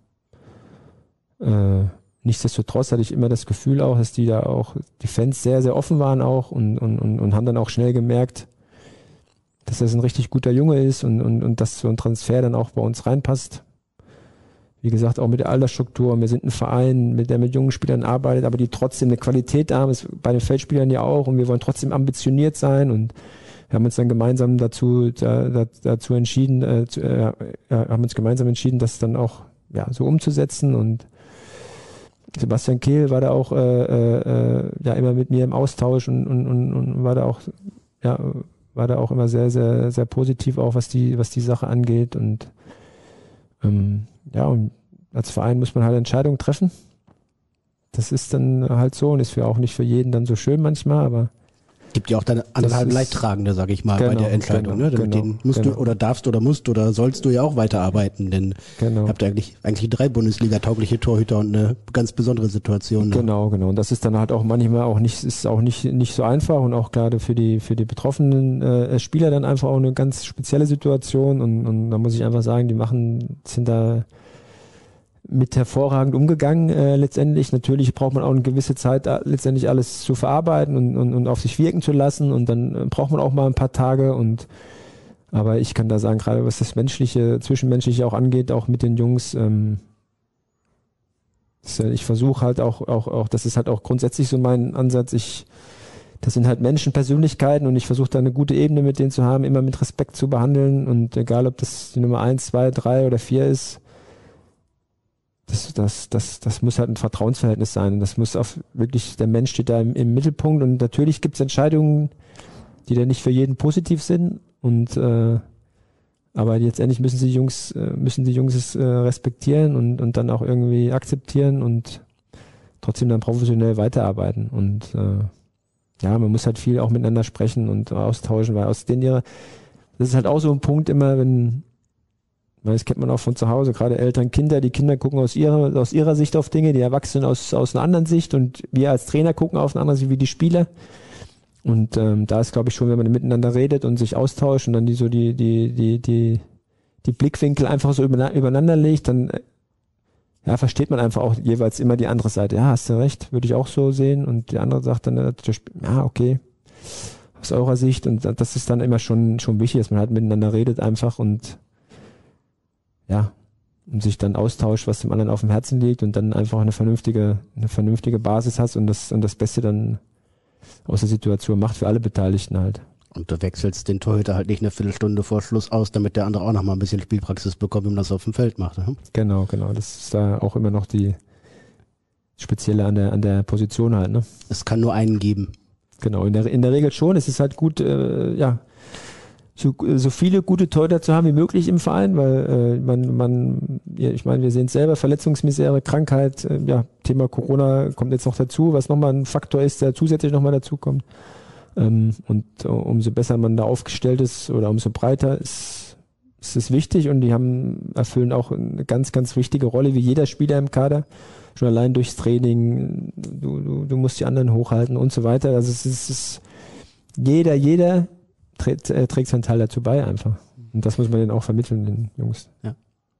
äh, nichtsdestotrotz hatte ich immer das Gefühl auch, dass die da auch, die Fans sehr, sehr offen waren auch und, und, und, und haben dann auch schnell gemerkt, dass das ein richtig guter Junge ist und, und, und dass so ein Transfer dann auch bei uns reinpasst. Wie gesagt, auch mit der Altersstruktur. Wir sind ein Verein, mit der mit jungen Spielern arbeitet, aber die trotzdem eine Qualität haben, ist bei den Feldspielern ja auch, und wir wollen trotzdem ambitioniert sein, und wir haben uns dann gemeinsam dazu, da, da, dazu entschieden, äh, zu, äh, haben uns gemeinsam entschieden, das dann auch ja, so umzusetzen, und Sebastian Kehl war da auch äh, äh, ja immer mit mir im Austausch und, und, und, und war da auch ja war da auch immer sehr sehr sehr positiv auch, was die was die Sache angeht, und ähm, ja, und als Verein muss man halt Entscheidungen treffen. Das ist dann halt so und ist für auch nicht für jeden dann so schön manchmal, aber gibt ja auch dann andere Leidtragende, sag ich mal, genau, bei der Entscheidung. Genau, ne? Mit genau, denen musst genau. du oder darfst oder musst oder sollst du ja auch weiterarbeiten, denn genau. ihr habt ja eigentlich, eigentlich drei Bundesliga-taugliche Torhüter und eine ganz besondere Situation. Ne? Genau, genau. Und das ist dann halt auch manchmal auch nicht, ist auch nicht, nicht so einfach, und auch gerade für die, für die betroffenen äh, Spieler dann einfach auch eine ganz spezielle Situation, und, und da muss ich einfach sagen, die machen, sind da mit hervorragend umgegangen äh, letztendlich. Natürlich braucht man auch eine gewisse Zeit, da letztendlich alles zu verarbeiten und, und, und auf sich wirken zu lassen, und dann äh, braucht man auch mal ein paar Tage, und aber ich kann da sagen, gerade was das Menschliche, Zwischenmenschliche auch angeht, auch mit den Jungs, ähm, das, äh, ich versuche halt auch, auch, auch, das ist halt auch grundsätzlich so mein Ansatz, ich das sind halt Menschen, Persönlichkeiten, und ich versuche da eine gute Ebene mit denen zu haben, immer mit Respekt zu behandeln, und egal, ob das die Nummer eins, zwei, drei oder vier ist, Das, das, das, das muss halt ein Vertrauensverhältnis sein. Das muss auf wirklich, der Mensch steht da im, im Mittelpunkt, und natürlich gibt es Entscheidungen, die dann nicht für jeden positiv sind, und äh, aber letztendlich müssen die Jungs, äh, müssen die Jungs es äh, respektieren und, und dann auch irgendwie akzeptieren und trotzdem dann professionell weiterarbeiten. Und äh, ja, man muss halt viel auch miteinander sprechen und austauschen, weil aus denen ihre, das ist halt auch so ein Punkt immer, wenn das kennt man auch von zu Hause, gerade Eltern, Kinder, die Kinder gucken aus ihrer, aus ihrer Sicht auf Dinge, die Erwachsenen aus, aus einer anderen Sicht, und wir als Trainer gucken auf eine andere Sicht wie die Spieler. Und ähm, da ist, glaube ich, schon, wenn man miteinander redet und sich austauscht und dann die so die, die, die, die, die Blickwinkel einfach so übereinander legt, dann ja, versteht man einfach auch jeweils immer die andere Seite. Ja, hast du recht, würde ich auch so sehen. Und die andere sagt dann, ja, okay, aus eurer Sicht. Und das ist dann immer schon, schon wichtig, dass man halt miteinander redet einfach und ja, und sich dann austauscht, was dem anderen auf dem Herzen liegt, und dann einfach eine vernünftige, eine vernünftige Basis hast und das, und das Beste dann aus der Situation macht für alle Beteiligten halt. Und du wechselst den Torhüter halt nicht eine Viertelstunde vor Schluss aus, damit der andere auch noch mal ein bisschen Spielpraxis bekommt, wie man das auf dem Feld macht. Ne? Genau, genau. Das ist da auch immer noch die Spezielle an der, an der Position halt, ne? Es kann nur einen geben. Genau, in der, in der Regel schon. Es ist halt gut, äh, ja, so, so viele gute Torhüter zu haben wie möglich im Verein, weil äh, man, man, ja, ich meine, wir sehen es selber, Verletzungsmisere, Krankheit, äh, ja, Thema Corona kommt jetzt noch dazu, was nochmal ein Faktor ist, der zusätzlich nochmal dazu kommt. Ähm, und uh, umso besser man da aufgestellt ist oder umso breiter ist, ist es wichtig, und die haben, erfüllen auch eine ganz, ganz wichtige Rolle, wie jeder Spieler im Kader, schon allein durchs Training, du, du, du musst die anderen hochhalten und so weiter. Also es ist, es ist jeder, jeder trägt, äh, trägt seinen Teil dazu bei einfach. Und das muss man denen auch vermitteln, den Jungs. Ja.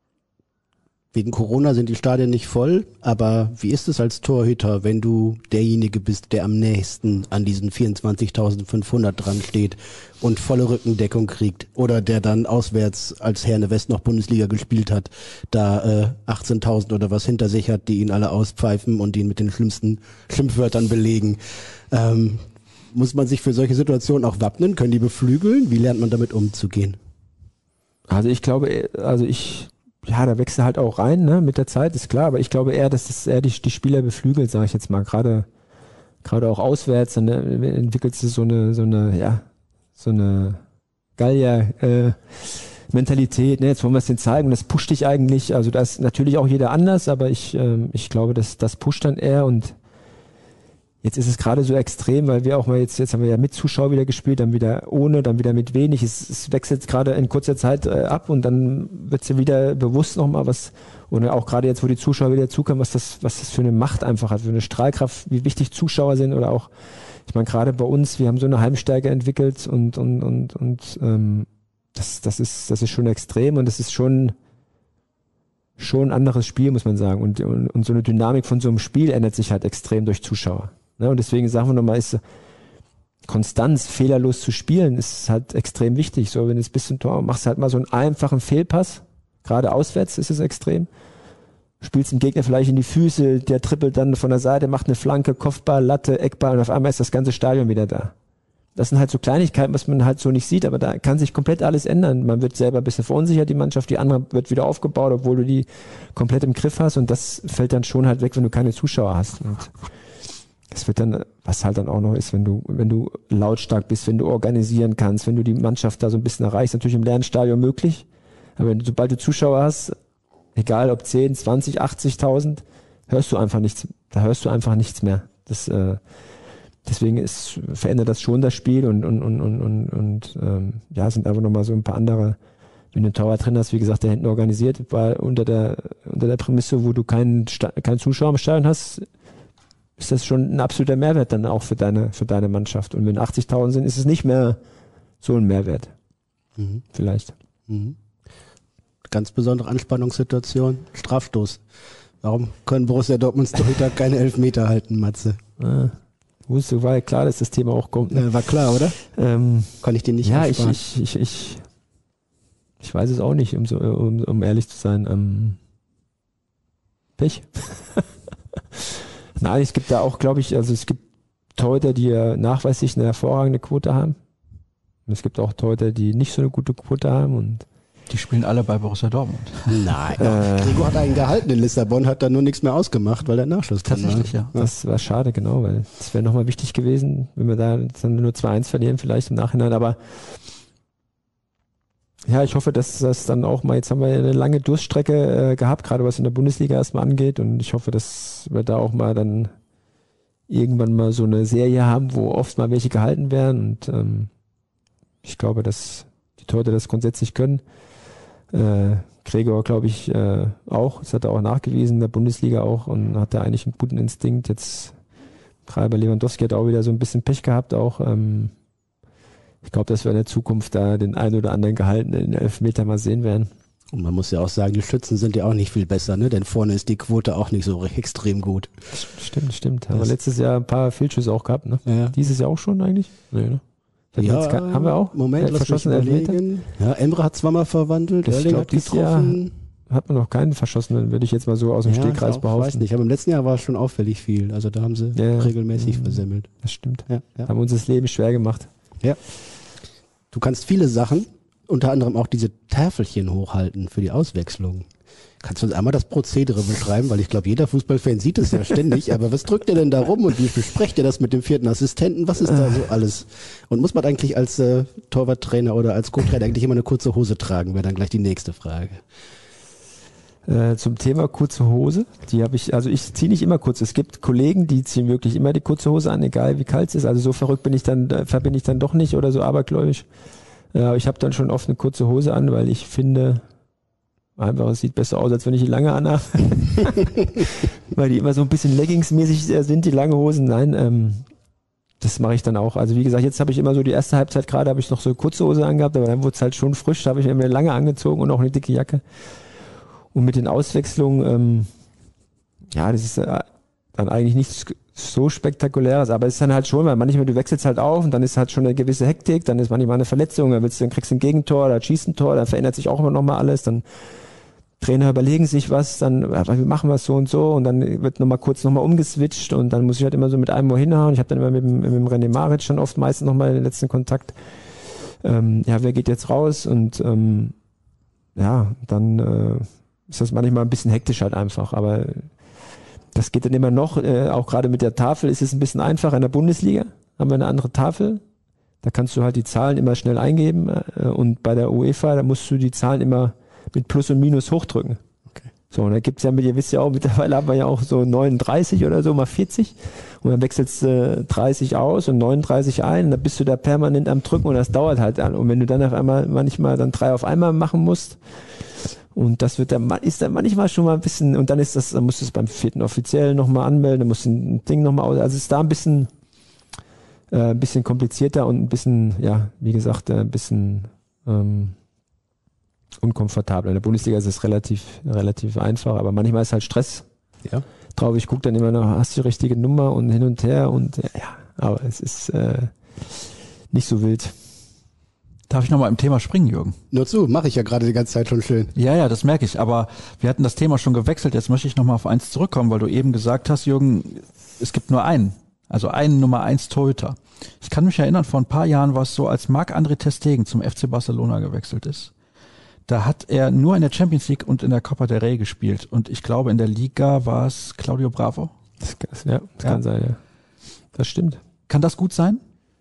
Wegen Corona sind die Stadien nicht voll, aber wie ist es als Torhüter, wenn du derjenige bist, der am nächsten an diesen vierundzwanzigtausendfünfhundert dran steht und volle Rückendeckung kriegt, oder der dann auswärts, als Herne West noch Bundesliga gespielt hat, da äh, achtzehntausend oder was hinter sich hat, die ihn alle auspfeifen und ihn mit den schlimmsten Schimpfwörtern belegen. Ähm, muss man sich für solche Situationen auch wappnen? Können die beflügeln? Wie lernt man damit umzugehen? Also ich glaube, also ich ja, da wächst er halt auch rein, ne, mit der Zeit, ist klar, aber ich glaube eher, dass das eher die, die Spieler beflügelt, sage ich jetzt mal, gerade gerade auch auswärts, dann ne, entwickelt sich so eine, so eine, ja, so eine Gallier, äh, Mentalität, ne, jetzt wollen wir es denen zeigen und das pusht dich eigentlich, also da ist natürlich auch jeder anders, aber ich, ähm, ich glaube, das, das pusht dann eher und jetzt ist es gerade so extrem, weil wir auch mal jetzt, jetzt haben wir ja mit Zuschauer wieder gespielt, dann wieder ohne, dann wieder mit wenig, es, es wechselt gerade in kurzer Zeit äh, ab und dann wird es ja wieder bewusst nochmal was, und auch gerade jetzt, wo die Zuschauer wieder zukommen, was das, was das für eine Macht einfach hat, für eine Strahlkraft, wie wichtig Zuschauer sind oder auch, ich meine gerade bei uns, wir haben so eine Heimstärke entwickelt und, und, und, und, ähm, Das, das ist, das ist schon extrem und das ist schon, schon ein anderes Spiel, muss man sagen. Und, und, und so eine Dynamik von so einem Spiel ändert sich halt extrem durch Zuschauer. Ne? Und deswegen sagen wir nochmal, ist Konstanz, fehlerlos zu spielen, ist halt extrem wichtig. So, wenn du jetzt bis zum Tor machst, halt mal so einen einfachen Fehlpass, gerade auswärts ist es extrem. Spielst den Gegner vielleicht in die Füße, der trippelt dann von der Seite, macht eine Flanke, Kopfball, Latte, Eckball und auf einmal ist das ganze Stadion wieder da. Das sind halt so Kleinigkeiten, was man halt so nicht sieht, aber da kann sich komplett alles ändern. Man wird selber ein bisschen verunsichert, die Mannschaft, die andere wird wieder aufgebaut, obwohl du die komplett im Griff hast und das fällt dann schon halt weg, wenn du keine Zuschauer hast. Und es wird dann, was halt dann auch noch ist, wenn du, wenn du lautstark bist, wenn du organisieren kannst, wenn du die Mannschaft da so ein bisschen erreichst, natürlich im Lernstadion möglich, aber wenn du, sobald du Zuschauer hast, egal ob zehn, zwanzig, achtzigtausend, hörst du einfach nichts, da hörst du einfach nichts mehr. Das, äh, Deswegen ist, verändert das schon das Spiel und, und, und, und, und, und ähm, ja, sind einfach nochmal so ein paar andere, wenn du einen Torwart drin hast, wie gesagt, der hinten organisiert, war unter der, unter der Prämisse, wo du keinen, keinen Zuschauer im Stadion hast, ist das schon ein absoluter Mehrwert dann auch für deine, für deine Mannschaft. Und wenn achtzigtausend sind, ist es nicht mehr so ein Mehrwert. Mhm. Vielleicht. Mhm. Ganz besondere Anspannungssituation, Strafstoß. Warum können Borussia Dortmunds Torhüter keine Elfmeter halten, Matze? Ah. Wusste, war ja klar, dass das Thema auch kommt. Ne? War klar, oder? Ähm, Kann ich dir nicht Ja, ich, ich, ich, ich, ich weiß es auch nicht, um, so, um, um ehrlich zu sein. Ähm, Pech. Nein, es gibt da auch, glaube ich, also es gibt Torhüter, die ja nachweislich eine hervorragende Quote haben. Und es gibt auch Torhüter, die nicht so eine gute Quote haben und die spielen alle bei Borussia Dortmund. Nein. Äh, Gregor hat einen gehalten in Lissabon, hat da nur nichts mehr ausgemacht, weil der Nachschuss drin war. Tatsächlich, ja. Das war schade, genau, weil es wäre nochmal wichtig gewesen, wenn wir da dann nur zwei eins verlieren vielleicht im Nachhinein, aber ja, ich hoffe, dass das dann auch mal, jetzt haben wir eine lange Durststrecke äh, gehabt, gerade was in der Bundesliga erstmal angeht und ich hoffe, dass wir da auch mal dann irgendwann mal so eine Serie haben, wo oft mal welche gehalten werden und ähm, ich glaube, dass die Torhüter das grundsätzlich können. Äh, Gregor, glaube ich, äh, auch. Das hat er auch nachgewiesen, in der Bundesliga auch und hat da eigentlich einen guten Instinkt. Jetzt gerade bei Lewandowski hat auch wieder so ein bisschen Pech gehabt auch. Ähm, ich glaube, dass wir in der Zukunft da den einen oder anderen gehaltenen Elfmeter mal sehen werden. Und man muss ja auch sagen, die Schützen sind ja auch nicht viel besser, ne? Denn vorne ist die Quote auch nicht so extrem gut. Stimmt, stimmt. Haben wir letztes Jahr ein paar Fehlschüsse auch gehabt, ne? Ja. Dieses Jahr auch schon eigentlich? Nee, ne? Ja, haben wir auch? Moment, lass mich überlegen. Ja, Emre hat zweimal verwandelt, Das Erling glaub, hat getroffen. Jahr hat man noch keinen verschossenen, würde ich jetzt mal so aus dem ja, Stegreis auch, behaupten. Ich weiß nicht, aber im letzten Jahr war es schon auffällig viel. Also da haben sie ja, regelmäßig ja, versemmelt. Das stimmt. Ja, ja. Haben uns das Leben schwer gemacht. Ja. Du kannst viele Sachen, unter anderem auch diese Tafelchen hochhalten für die Auswechslung. Kannst du uns einmal das Prozedere beschreiben? Weil ich glaube, jeder Fußballfan sieht es ja ständig. Aber was drückt ihr denn da rum und wie besprecht ihr das mit dem vierten Assistenten? Was ist da so alles? Und muss man eigentlich als äh, Torwarttrainer oder als Co-Trainer eigentlich immer eine kurze Hose tragen? Wäre dann gleich die nächste Frage. Äh, zum Thema kurze Hose, die habe ich, also ich ziehe nicht immer kurz. Es gibt Kollegen, die ziehen wirklich immer die kurze Hose an, egal wie kalt es ist. Also so verrückt bin ich dann, verbinde ich dann doch nicht oder so abergläubisch. Äh, ich habe dann schon oft eine kurze Hose an, weil ich finde, einfach, es sieht besser aus, als wenn ich die lange anhabe. Weil die immer so ein bisschen leggingsmäßig sind, die lange Hosen. Nein, ähm, das mache ich dann auch. Also wie gesagt, jetzt habe ich immer so die erste Halbzeit gerade, habe ich noch so kurze Hose angehabt, aber dann wurde es halt schon frisch, da habe ich mir eine lange angezogen und auch eine dicke Jacke. Und mit den Auswechslungen, ähm, ja, das ist äh, dann eigentlich nichts so Spektakuläres, aber es ist dann halt schon, weil manchmal du wechselst halt auf und dann ist halt schon eine gewisse Hektik, dann ist manchmal eine Verletzung, dann, willst du, dann kriegst du ein Gegentor oder schießt ein Tor, dann verändert sich auch immer nochmal alles, dann Trainer überlegen sich was, dann wir machen wir es so und so und dann wird nochmal kurz nochmal umgeswitcht und dann muss ich halt immer so mit einem Mal hinhauen. Ich habe dann immer mit dem, mit dem René Maric schon oft meistens nochmal den letzten Kontakt. Ähm, ja, wer geht jetzt raus? Und ähm, ja, dann äh, ist das manchmal ein bisschen hektisch halt einfach, aber das geht dann immer noch, äh, auch gerade mit der Tafel ist es ein bisschen einfacher. In der Bundesliga haben wir eine andere Tafel. Da kannst du halt die Zahlen immer schnell eingeben äh, und bei der UEFA, da musst du die Zahlen immer mit Plus und Minus hochdrücken. Okay. So, und da gibt's ja, ihr wisst ja auch, mittlerweile haben wir ja auch so neununddreißig oder so, mal vierzig und dann wechselst du äh, dreißig aus und neununddreißig ein und dann bist du da permanent am Drücken und das dauert halt an. Und wenn du dann auf einmal manchmal dann drei auf einmal machen musst und das wird dann, ist dann manchmal schon mal ein bisschen, und dann ist das, dann musst du es beim vierten Offiziellen nochmal anmelden, dann musst du ein Ding nochmal aus, also ist da ein bisschen äh, ein bisschen komplizierter und ein bisschen, ja, wie gesagt, äh, ein bisschen ähm, unkomfortabel. In der Bundesliga ist es relativ, relativ einfach, aber manchmal ist halt Stress Ja. drauf. Ich gucke dann immer noch, hast du die richtige Nummer und hin und her und ja, ja aber es ist äh, nicht so wild. Darf ich nochmal im Thema springen, Jürgen? Nur zu, mache ich ja gerade die ganze Zeit schon schön. Ja, ja, das merke ich. Aber wir hatten das Thema schon gewechselt. Jetzt möchte ich nochmal auf eins zurückkommen, weil du eben gesagt hast, Jürgen, es gibt nur einen. Also einen Nummer eins Torhüter. Ich kann mich erinnern, vor ein paar Jahren war es so, als Marc-André ter Stegen zum F C Barcelona gewechselt ist. Da hat er nur in der Champions League und in der Copa del Rey gespielt. Und ich glaube, in der Liga war es Claudio Bravo. Das, das, ja, das Ja. kann sein, ja. Das stimmt. Kann das gut sein?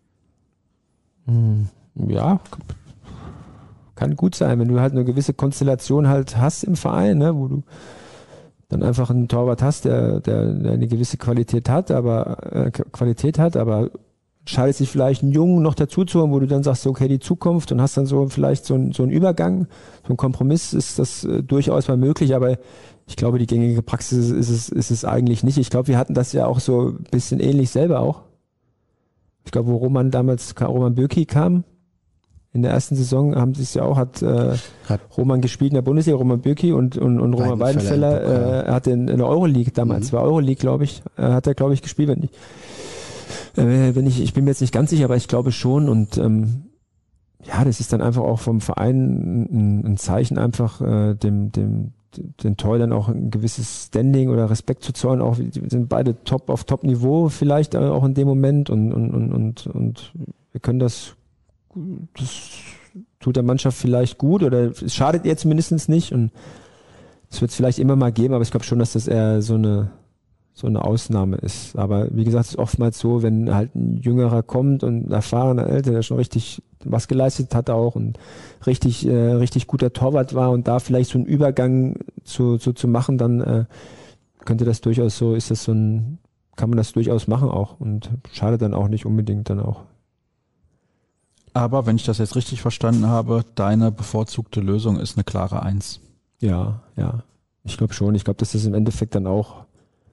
Hm, ja, kann gut sein, wenn du halt eine gewisse Konstellation halt hast im Verein, ne, wo du dann einfach einen Torwart hast, der, der, der eine gewisse Qualität hat, aber äh, Qualität hat, aber entscheidet sich vielleicht einen Jungen noch dazu zu holen, wo du dann sagst, okay, die Zukunft und hast dann so vielleicht so, ein, so einen Übergang, so ein Kompromiss ist das äh, durchaus mal möglich, aber ich glaube, die gängige Praxis ist es, ist es eigentlich nicht. Ich glaube, wir hatten das ja auch so ein bisschen ähnlich selber auch. Ich glaube, wo Roman damals, Roman Bürki kam, in der ersten Saison haben sie es ja auch, hat, äh, Hat- Roman gespielt in der Bundesliga, Roman Bürki und, und, und Roman Weidenfeller Weidenfeller, im Pokal. äh, hat in, in der Euroleague damals, Mhm. war Euroleague, glaube ich, äh, hat er, glaube ich, gespielt, wenn ich, äh, wenn ich, ich bin mir jetzt nicht ganz sicher, aber ich glaube schon und, ähm, ja, das ist dann einfach auch vom Verein ein, ein Zeichen einfach, äh, dem, dem, den Torhütern auch ein gewisses Standing oder Respekt zu zollen, auch, die sind beide top auf Top-Niveau vielleicht äh, auch in dem Moment und, und, und, und, und wir können das das tut der Mannschaft vielleicht gut oder es schadet ihr zumindest nicht und es wird es vielleicht immer mal geben, aber ich glaube schon, dass das eher so eine so eine Ausnahme ist. Aber wie gesagt, es ist oftmals so, wenn halt ein Jüngerer kommt und ein erfahrener Älter, der schon richtig was geleistet hat auch und richtig äh, richtig guter Torwart war und da vielleicht so einen Übergang zu, zu, zu machen, dann äh, könnte das durchaus so, ist das so ein, kann man das durchaus machen auch und schadet dann auch nicht unbedingt dann auch. Aber wenn ich das jetzt richtig verstanden habe, deine bevorzugte Lösung ist eine klare Eins. Ja, ja. Ich glaube schon. Ich glaube, dass das im Endeffekt dann auch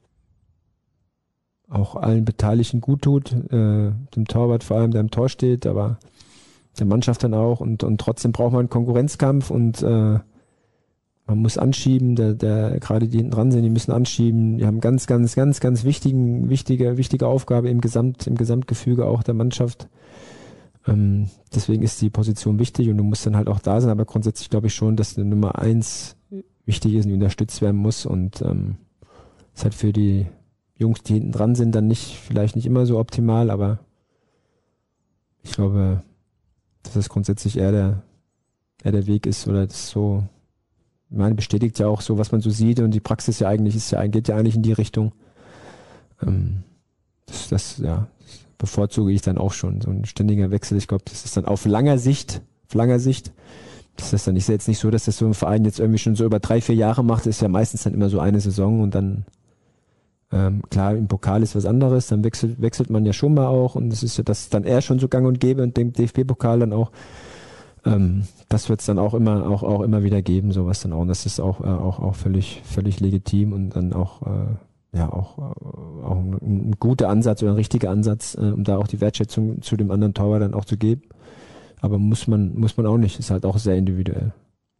auch allen Beteiligten gut tut, äh, dem Torwart vor allem, der im Tor steht, aber der Mannschaft dann auch und, und trotzdem braucht man einen Konkurrenzkampf und äh, man muss anschieben, der, der, gerade die hinten dran sind, die müssen anschieben, die haben ganz, ganz, ganz, ganz wichtigen, wichtige, wichtige Aufgabe im Gesamt, im Gesamtgefüge auch der Mannschaft. Ähm, deswegen ist die Position wichtig und du musst dann halt auch da sein, aber grundsätzlich glaube ich schon, dass eine Nummer eins wichtig ist und die unterstützt werden muss und ähm, ist halt für die Jungs, die hinten dran sind, dann nicht, vielleicht nicht immer so optimal, aber ich glaube, dass das grundsätzlich eher der, eher der Weg ist oder das so, ich meine, bestätigt ja auch so, was man so sieht und die Praxis ja eigentlich ist ja, geht ja eigentlich in die Richtung. Ähm, das, das, ja, das bevorzuge ich dann auch schon. So ein ständiger Wechsel, ich glaube, das ist dann auf langer Sicht, auf langer Sicht, das ist dann ist ja jetzt nicht so, dass das so ein Verein jetzt irgendwie schon so über drei, vier Jahre macht, das ist ja meistens dann immer so eine Saison und dann Ähm, klar, im Pokal ist was anderes, dann wechselt, wechselt man ja schon mal auch und das ist ja das dann eher schon so gang und gäbe und dem D F B-Pokal dann auch. Ähm, das wird es dann auch immer, auch, auch immer wieder geben, sowas dann auch. Und das ist auch, äh, auch, auch völlig, völlig legitim und dann auch, äh, ja, auch, äh, auch ein, ein guter Ansatz oder ein richtiger Ansatz, äh, um da auch die Wertschätzung zu dem anderen Torwart dann auch zu geben. Aber muss man, muss man auch nicht, ist halt auch sehr individuell.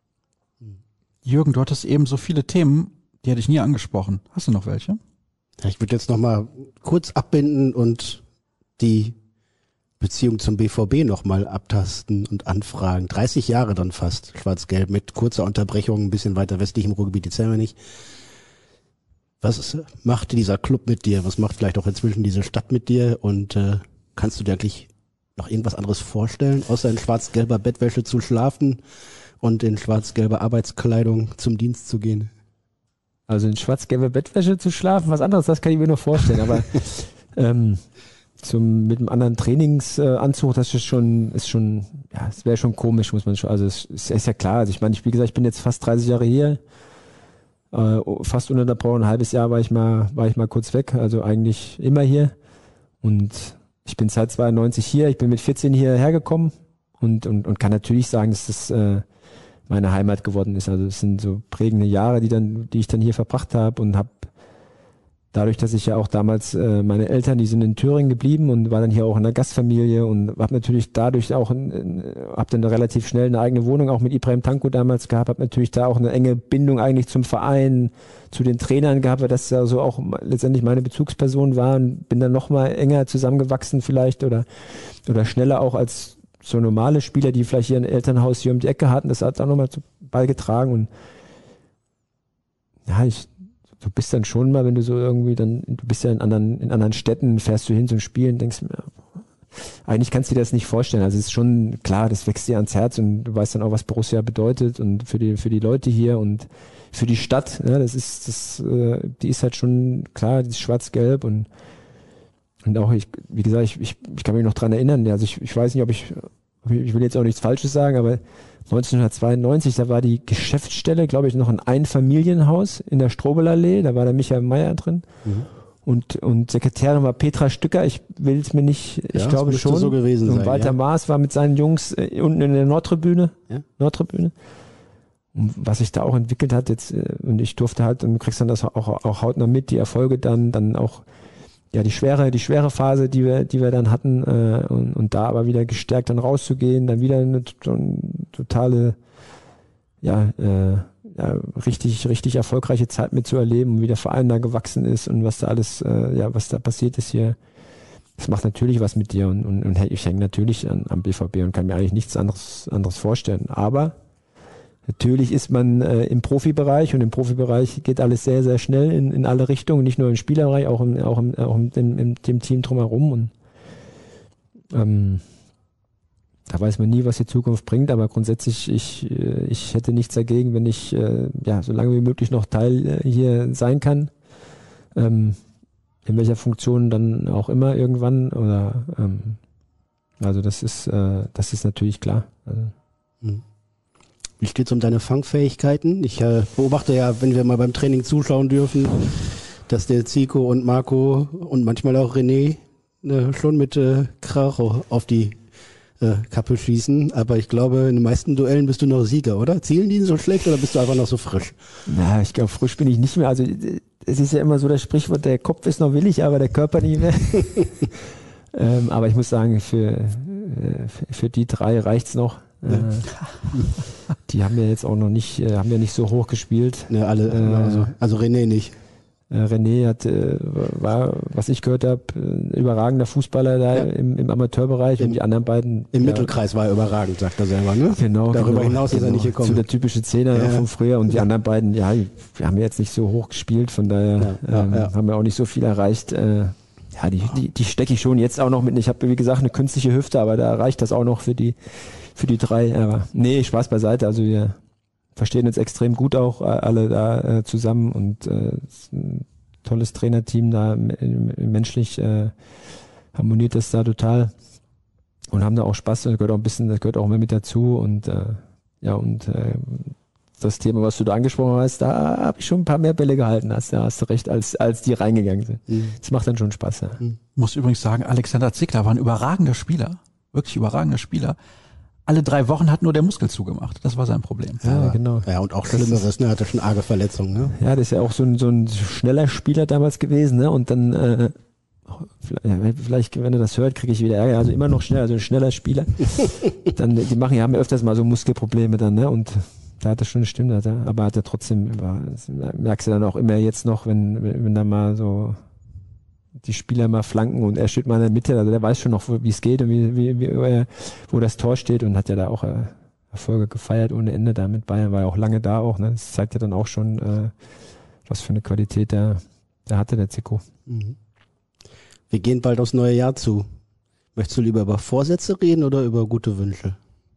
Jürgen, du hattest eben so viele Themen, die hätte ich nie angesprochen. Hast du noch welche? Ja, ich würde jetzt noch mal kurz abbinden und die Beziehung zum B V B noch mal abtasten und anfragen. dreißig Jahre dann fast, schwarz-gelb, mit kurzer Unterbrechung, ein bisschen weiter westlich im Ruhrgebiet, die zählen wir nicht. Was macht dieser Club mit dir? Was macht vielleicht auch inzwischen diese Stadt mit dir? Und äh, kannst du dir eigentlich noch irgendwas anderes vorstellen, außer in schwarz-gelber Bettwäsche zu schlafen und in schwarz-gelber Arbeitskleidung zum Dienst zu gehen? Also in schwarz-gelber Bettwäsche zu schlafen, was anderes, das kann ich mir noch vorstellen, aber ähm, zum, mit einem anderen Trainingsanzug, das ist schon, ist schon, ja, es wäre schon komisch, muss man schon, also es ist, ist ja klar, also ich meine, ich, wie gesagt, ich bin jetzt fast dreißig Jahre hier, äh, fast ununterbrochen, ein halbes Jahr war ich mal, war ich mal kurz weg, also eigentlich immer hier und ich bin seit zweiundneunzig hier, ich bin mit vierzehn hierher gekommen und, und, und kann natürlich sagen, dass das äh, meine Heimat geworden ist, also es sind so prägende Jahre, die dann, die ich dann hier verbracht habe und habe dadurch, dass ich ja auch damals, äh, meine Eltern, die sind in Thüringen geblieben und war dann hier auch in der Gastfamilie und habe natürlich dadurch auch, habe dann relativ schnell eine eigene Wohnung auch mit Ibrahim Tanko damals gehabt, habe natürlich da auch eine enge Bindung eigentlich zum Verein, zu den Trainern gehabt, weil das ja so auch letztendlich meine Bezugsperson war und bin dann nochmal enger zusammengewachsen vielleicht oder, oder schneller auch als so normale Spieler, die vielleicht hier ein Elternhaus hier um die Ecke hatten, das hat auch nochmal beigetragen und ja, ich du bist dann schon mal, wenn du so irgendwie dann, du bist ja in anderen, in anderen Städten, fährst du hin zum Spielen, denkst mir, eigentlich kannst du dir das nicht vorstellen. Also es ist schon klar, das wächst dir ans Herz und du weißt dann auch, was Borussia bedeutet und für die, für die Leute hier und für die Stadt, ja, das ist, das, äh, die ist halt schon klar, die ist schwarz-gelb und, und auch ich, wie gesagt, ich, ich, ich kann mich noch dran erinnern, also ich, ich weiß nicht, ob ich, ich will jetzt auch nichts Falsches sagen, aber neunzehnhundertzweiundneunzig, da war die Geschäftsstelle, glaube ich, noch ein Einfamilienhaus in der Strobelallee, da war der Michael Meyer drin. Mhm. Und, und Sekretärin war Petra Stücker, ich will es mir nicht, ich ja, glaube schon. So gewesen und sein, Walter ja. Maas war mit seinen Jungs äh, unten in der Nordtribüne. Ja. Nordtribüne. Und was sich da auch entwickelt hat jetzt, äh, und ich durfte halt, und du kriegst dann das auch, auch hautnah mit, die Erfolge dann, dann auch, ja, die schwere, die schwere Phase, die wir, die wir dann hatten, äh, und, und da aber wieder gestärkt dann rauszugehen, dann wieder eine, eine totale, ja, äh, ja, richtig, richtig erfolgreiche Zeit mitzuerleben und wie der Verein da gewachsen ist und was da alles, äh, ja, was da passiert ist hier. Das macht natürlich was mit dir und, und, und ich hänge natürlich an, am B V B und kann mir eigentlich nichts anderes, anderes vorstellen. Aber natürlich ist man äh, im Profibereich und im Profibereich geht alles sehr, sehr schnell in, in alle Richtungen, nicht nur im Spielerbereich, auch im, auch im, auch im, im, im dem Team drumherum. Und ähm, da weiß man nie, was die Zukunft bringt, aber grundsätzlich, ich, ich hätte nichts dagegen, wenn ich äh, ja so lange wie möglich noch Teil äh, hier sein kann. Ähm, in welcher Funktion dann auch immer irgendwann. Oder ähm, also das ist, äh, das ist natürlich klar. Also, mhm. Wie steht's um deine Fangfähigkeiten? Ich äh, beobachte ja, wenn wir mal beim Training zuschauen dürfen, dass der Zico und Marco und manchmal auch René äh, schon mit äh, Krach auf die äh, Kappe schießen. Aber ich glaube, in den meisten Duellen bist du noch Sieger, oder? Zielen die so schlecht oder bist du einfach noch so frisch? Na, ich glaube, frisch bin ich nicht mehr. Also es ist ja immer so das Sprichwort, der Kopf ist noch willig, aber der Körper nicht mehr. ähm, aber ich muss sagen, für, äh, für die drei reicht's noch. Ja. Äh, die haben ja jetzt auch noch nicht, äh, haben ja nicht so hoch gespielt. Ja, alle, äh, also, also René nicht. Äh, René hat, äh, war, was ich gehört habe, ein überragender Fußballer da ja. im, im Amateurbereich. Im, und die anderen beiden. Im ja, Mittelkreis war er überragend, sagt er selber, ne? Genau. Darüber genau, hinaus ist genau, er nicht gekommen. So der typische Zehner ja. von früher. Und die anderen beiden, ja, wir haben ja jetzt nicht so hoch gespielt, von daher ja, ja, ähm, ja. haben wir auch nicht so viel erreicht. Äh, ja, die, die, die stecke ich schon jetzt auch noch mit. Ich habe, wie gesagt, eine künstliche Hüfte, aber da reicht das auch noch für die für die drei. Aber nee, Spaß beiseite. Also wir verstehen uns extrem gut auch alle da äh, zusammen und äh, ist ein tolles Trainerteam da, menschlich äh, harmoniert das da total und haben da auch Spaß. Das gehört auch ein bisschen, das gehört auch immer mit dazu und äh, ja und äh, das Thema, was du da angesprochen hast, da habe ich schon ein paar mehr Bälle gehalten, hast, da hast du recht, als, als die reingegangen sind. Mhm. Das macht dann schon Spaß, ja. Ich muss übrigens sagen, Alexander Zickler war ein überragender Spieler, wirklich überragender Spieler. Alle drei Wochen hat nur der Muskel zugemacht. Das war sein Problem. Ja, ja genau. Ja, und auch Schlimmeres, ne? Hatte schon arge Verletzungen, ne? Ja, das ist ja auch so ein, so ein schneller Spieler damals gewesen, ne? Und dann, äh, vielleicht, wenn er das hört, kriege ich wieder Ärger. Also immer noch schneller, also ein schneller Spieler. Dann, die machen ja, haben ja öfters mal so Muskelprobleme dann, ne? Und da hat er schon eine Stimme, hat er, aber hat er trotzdem, war, merkst du dann auch immer jetzt noch, wenn, wenn, wenn da mal so die Spieler mal flanken und er steht mal in der Mitte, also der weiß schon noch, wie es geht und wie, wie, wie, wo das Tor steht und hat ja da auch äh, Erfolge gefeiert ohne Ende da mit Bayern, war ja auch lange da auch, ne? Das zeigt ja dann auch schon, äh, was für eine Qualität der, der hatte, der Zico. Mhm. Wir gehen bald aufs neue Jahr zu. Möchtest du lieber über Vorsätze reden oder über gute Wünsche?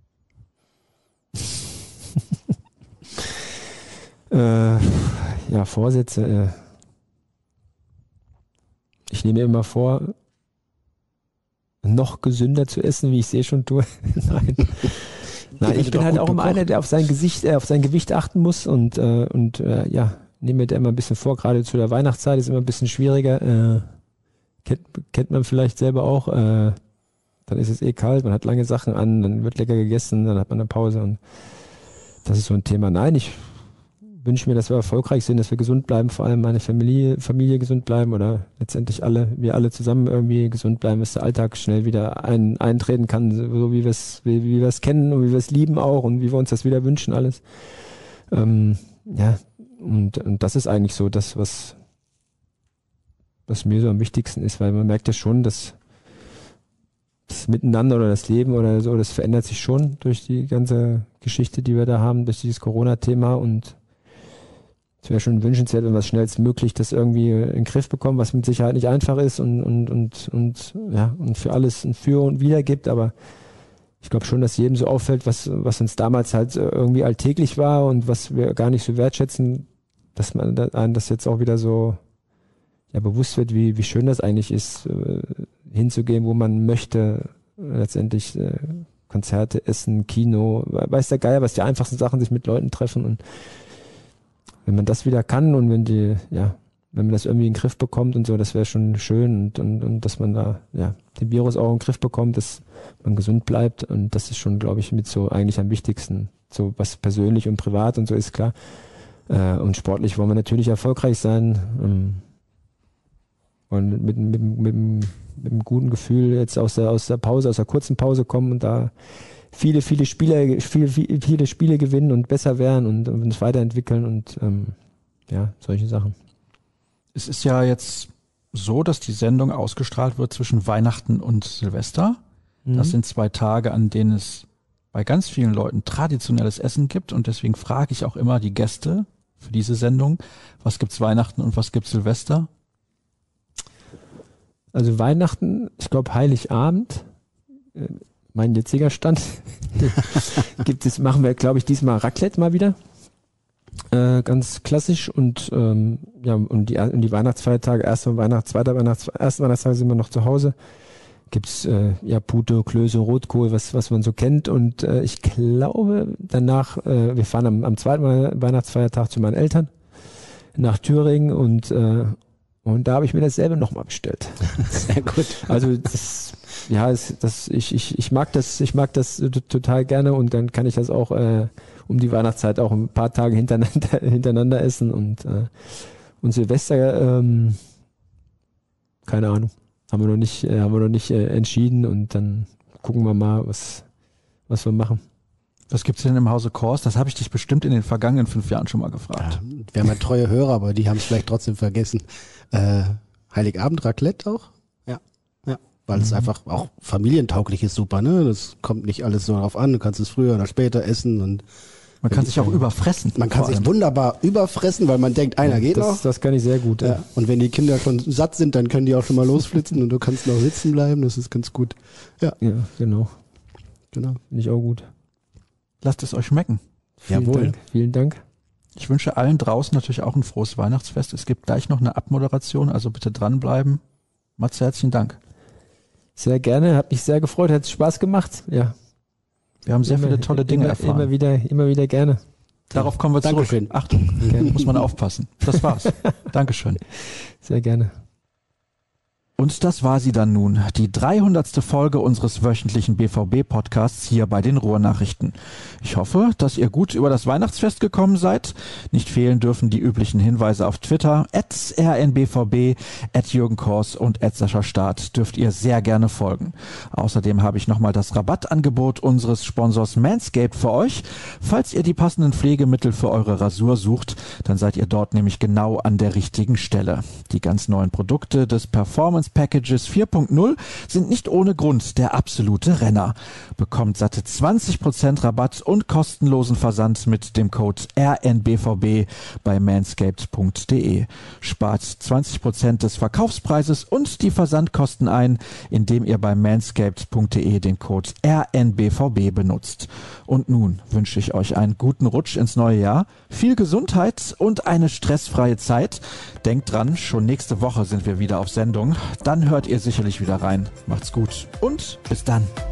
äh, ja, Vorsätze, äh, ich nehme mir immer vor, noch gesünder zu essen, wie ich es eh schon tue. Nein. Nein, ich bin halt auch immer einer, der auf sein Gesicht, äh, auf sein Gewicht achten muss und, äh, und äh, ja, nehme mir da immer ein bisschen vor, gerade zu der Weihnachtszeit ist immer ein bisschen schwieriger. Äh, kennt, kennt man vielleicht selber auch. Äh, dann ist es eh kalt, man hat lange Sachen an, dann wird lecker gegessen, dann hat man eine Pause und das ist so ein Thema. Nein, ich wünsche mir, dass wir erfolgreich sind, dass wir gesund bleiben, vor allem meine Familie, Familie gesund bleiben oder letztendlich alle, wir alle zusammen irgendwie gesund bleiben, dass der Alltag schnell wieder ein, eintreten kann, so wie wir es, wie, wie wir es kennen und wie wir es lieben auch und wie wir uns das wieder wünschen alles. Ähm, ja, und, und das ist eigentlich so das, was, was mir so am wichtigsten ist, weil man merkt ja schon, dass das Miteinander oder das Leben oder so, das verändert sich schon durch die ganze Geschichte, die wir da haben, durch dieses Corona-Thema und es wäre schon wünschenswert, wenn wir es schnellstmöglich das irgendwie in den Griff bekommen, was mit Sicherheit nicht einfach ist und, und, und, und, ja, und für alles ein Für und Wider gibt, aber ich glaube schon, dass jedem so auffällt, was, was uns damals halt irgendwie alltäglich war und was wir gar nicht so wertschätzen, dass man einem das jetzt auch wieder so, ja, bewusst wird, wie, wie schön das eigentlich ist, äh, hinzugehen, wo man möchte, letztendlich äh, Konzerte, Essen, Kino, weiß der Geier, was die einfachsten Sachen, sich mit Leuten treffen und wenn man das wieder kann und wenn die, ja, wenn man das irgendwie in den Griff bekommt und so, das wäre schon schön und, und, und dass man da, ja, den Virus auch in den Griff bekommt, dass man gesund bleibt und das ist schon, glaube ich, mit so eigentlich am wichtigsten, so was persönlich und privat und so ist klar. Äh, und sportlich wollen wir natürlich erfolgreich sein ähm, und mit, mit, mit, mit, mit einem guten Gefühl jetzt aus der, aus der Pause, aus der kurzen Pause kommen und da viele, viele Spiele, viele, viele Spiele gewinnen und besser werden und, und uns weiterentwickeln und ähm, ja, solche Sachen. Es ist ja jetzt so, dass die Sendung ausgestrahlt wird zwischen Weihnachten und Silvester. Mhm. Das sind zwei Tage, an denen es bei ganz vielen Leuten traditionelles Essen gibt und deswegen frage ich auch immer die Gäste für diese Sendung, was gibt's Weihnachten und was gibt's Silvester? Also Weihnachten, ich glaube Heiligabend, äh, mein jetziger Stand, gibt es, machen wir, glaube ich, diesmal Raclette mal wieder. Äh, ganz klassisch und ähm, ja, und die, und die Weihnachtsfeiertage, erster Weihnachts-, zweiter Weihnachts-, ersten Weihnachtstag sind wir noch zu Hause. Gibt's äh, ja Pute, Klöße, Rotkohl, was was man so kennt und äh, ich glaube danach, äh, wir fahren am, am zweiten Weihnachtsfeiertag zu meinen Eltern nach Thüringen und äh, und da habe ich mir dasselbe nochmal bestellt. Sehr gut. Also das, ja, es, das, ich, ich, ich mag das, ich mag das total gerne und dann kann ich das auch äh, um die Weihnachtszeit auch ein paar Tage hintereinander, hintereinander essen und äh, und Silvester, ähm, keine Ahnung, haben wir noch nicht, äh, haben wir noch nicht äh, entschieden und dann gucken wir mal, was was wir machen. Was gibt's denn im Hause Kors? Das habe ich dich bestimmt in den vergangenen fünf Jahren schon mal gefragt. Ja, wir haben ja treue Hörer, aber die haben es vielleicht trotzdem vergessen. Äh, Heiligabend Raclette auch? Ja, ja, weil mhm. es einfach auch familientauglich ist, super, ne? Das kommt nicht alles so darauf an. Du kannst es früher oder später essen und man kann sich auch überfressen. Man kann sich wunderbar überfressen, weil man denkt, einer geht das, noch. Das kann ich sehr gut. Ja. Ja. Und wenn die Kinder schon satt sind, dann können die auch schon mal losflitzen und du kannst noch sitzen bleiben. Das ist ganz gut. Ja, ja, genau. Genau. Finde ich auch gut. Lasst es euch schmecken. Vielen Jawohl. Dank. Vielen Dank. Ich wünsche allen draußen natürlich auch ein frohes Weihnachtsfest. Es gibt gleich noch eine Abmoderation, also bitte dranbleiben. Matze, herzlichen Dank. Sehr gerne, hat mich sehr gefreut, hat Spaß gemacht. Ja. Wir haben sehr immer, viele tolle Dinge immer, erfahren. Immer wieder, immer wieder gerne. Darauf kommen wir zurück. Dankeschön. Achtung, muss man aufpassen. Das war's. Dankeschön. Sehr gerne. Und das war sie dann nun, die dreihundertste Folge unseres wöchentlichen B V B-Podcasts hier bei den Ruhrnachrichten. Ich hoffe, dass ihr gut über das Weihnachtsfest gekommen seid. Nicht fehlen dürfen die üblichen Hinweise auf Twitter, at r n b v b, at Jürgen Kors und at Sascha Staat dürft ihr sehr gerne folgen. Außerdem habe ich nochmal das Rabattangebot unseres Sponsors Manscaped für euch. Falls ihr die passenden Pflegemittel für eure Rasur sucht, dann seid ihr dort nämlich genau an der richtigen Stelle. Die ganz neuen Produkte des Performance Packages vier Punkt null sind nicht ohne Grund der absolute Renner. Bekommt satte zwanzig Prozent Rabatt und kostenlosen Versand mit dem Code R N B V B bei manscaped punkt de. Spart zwanzig Prozent des Verkaufspreises und die Versandkosten ein, indem ihr bei manscaped punkt de den Code R N B V B benutzt. Und nun wünsche ich euch einen guten Rutsch ins neue Jahr, viel Gesundheit und eine stressfreie Zeit. Denkt dran, schon nächste Woche sind wir wieder auf Sendung. dann hört ihr sicherlich wieder rein. Macht's gut und bis dann.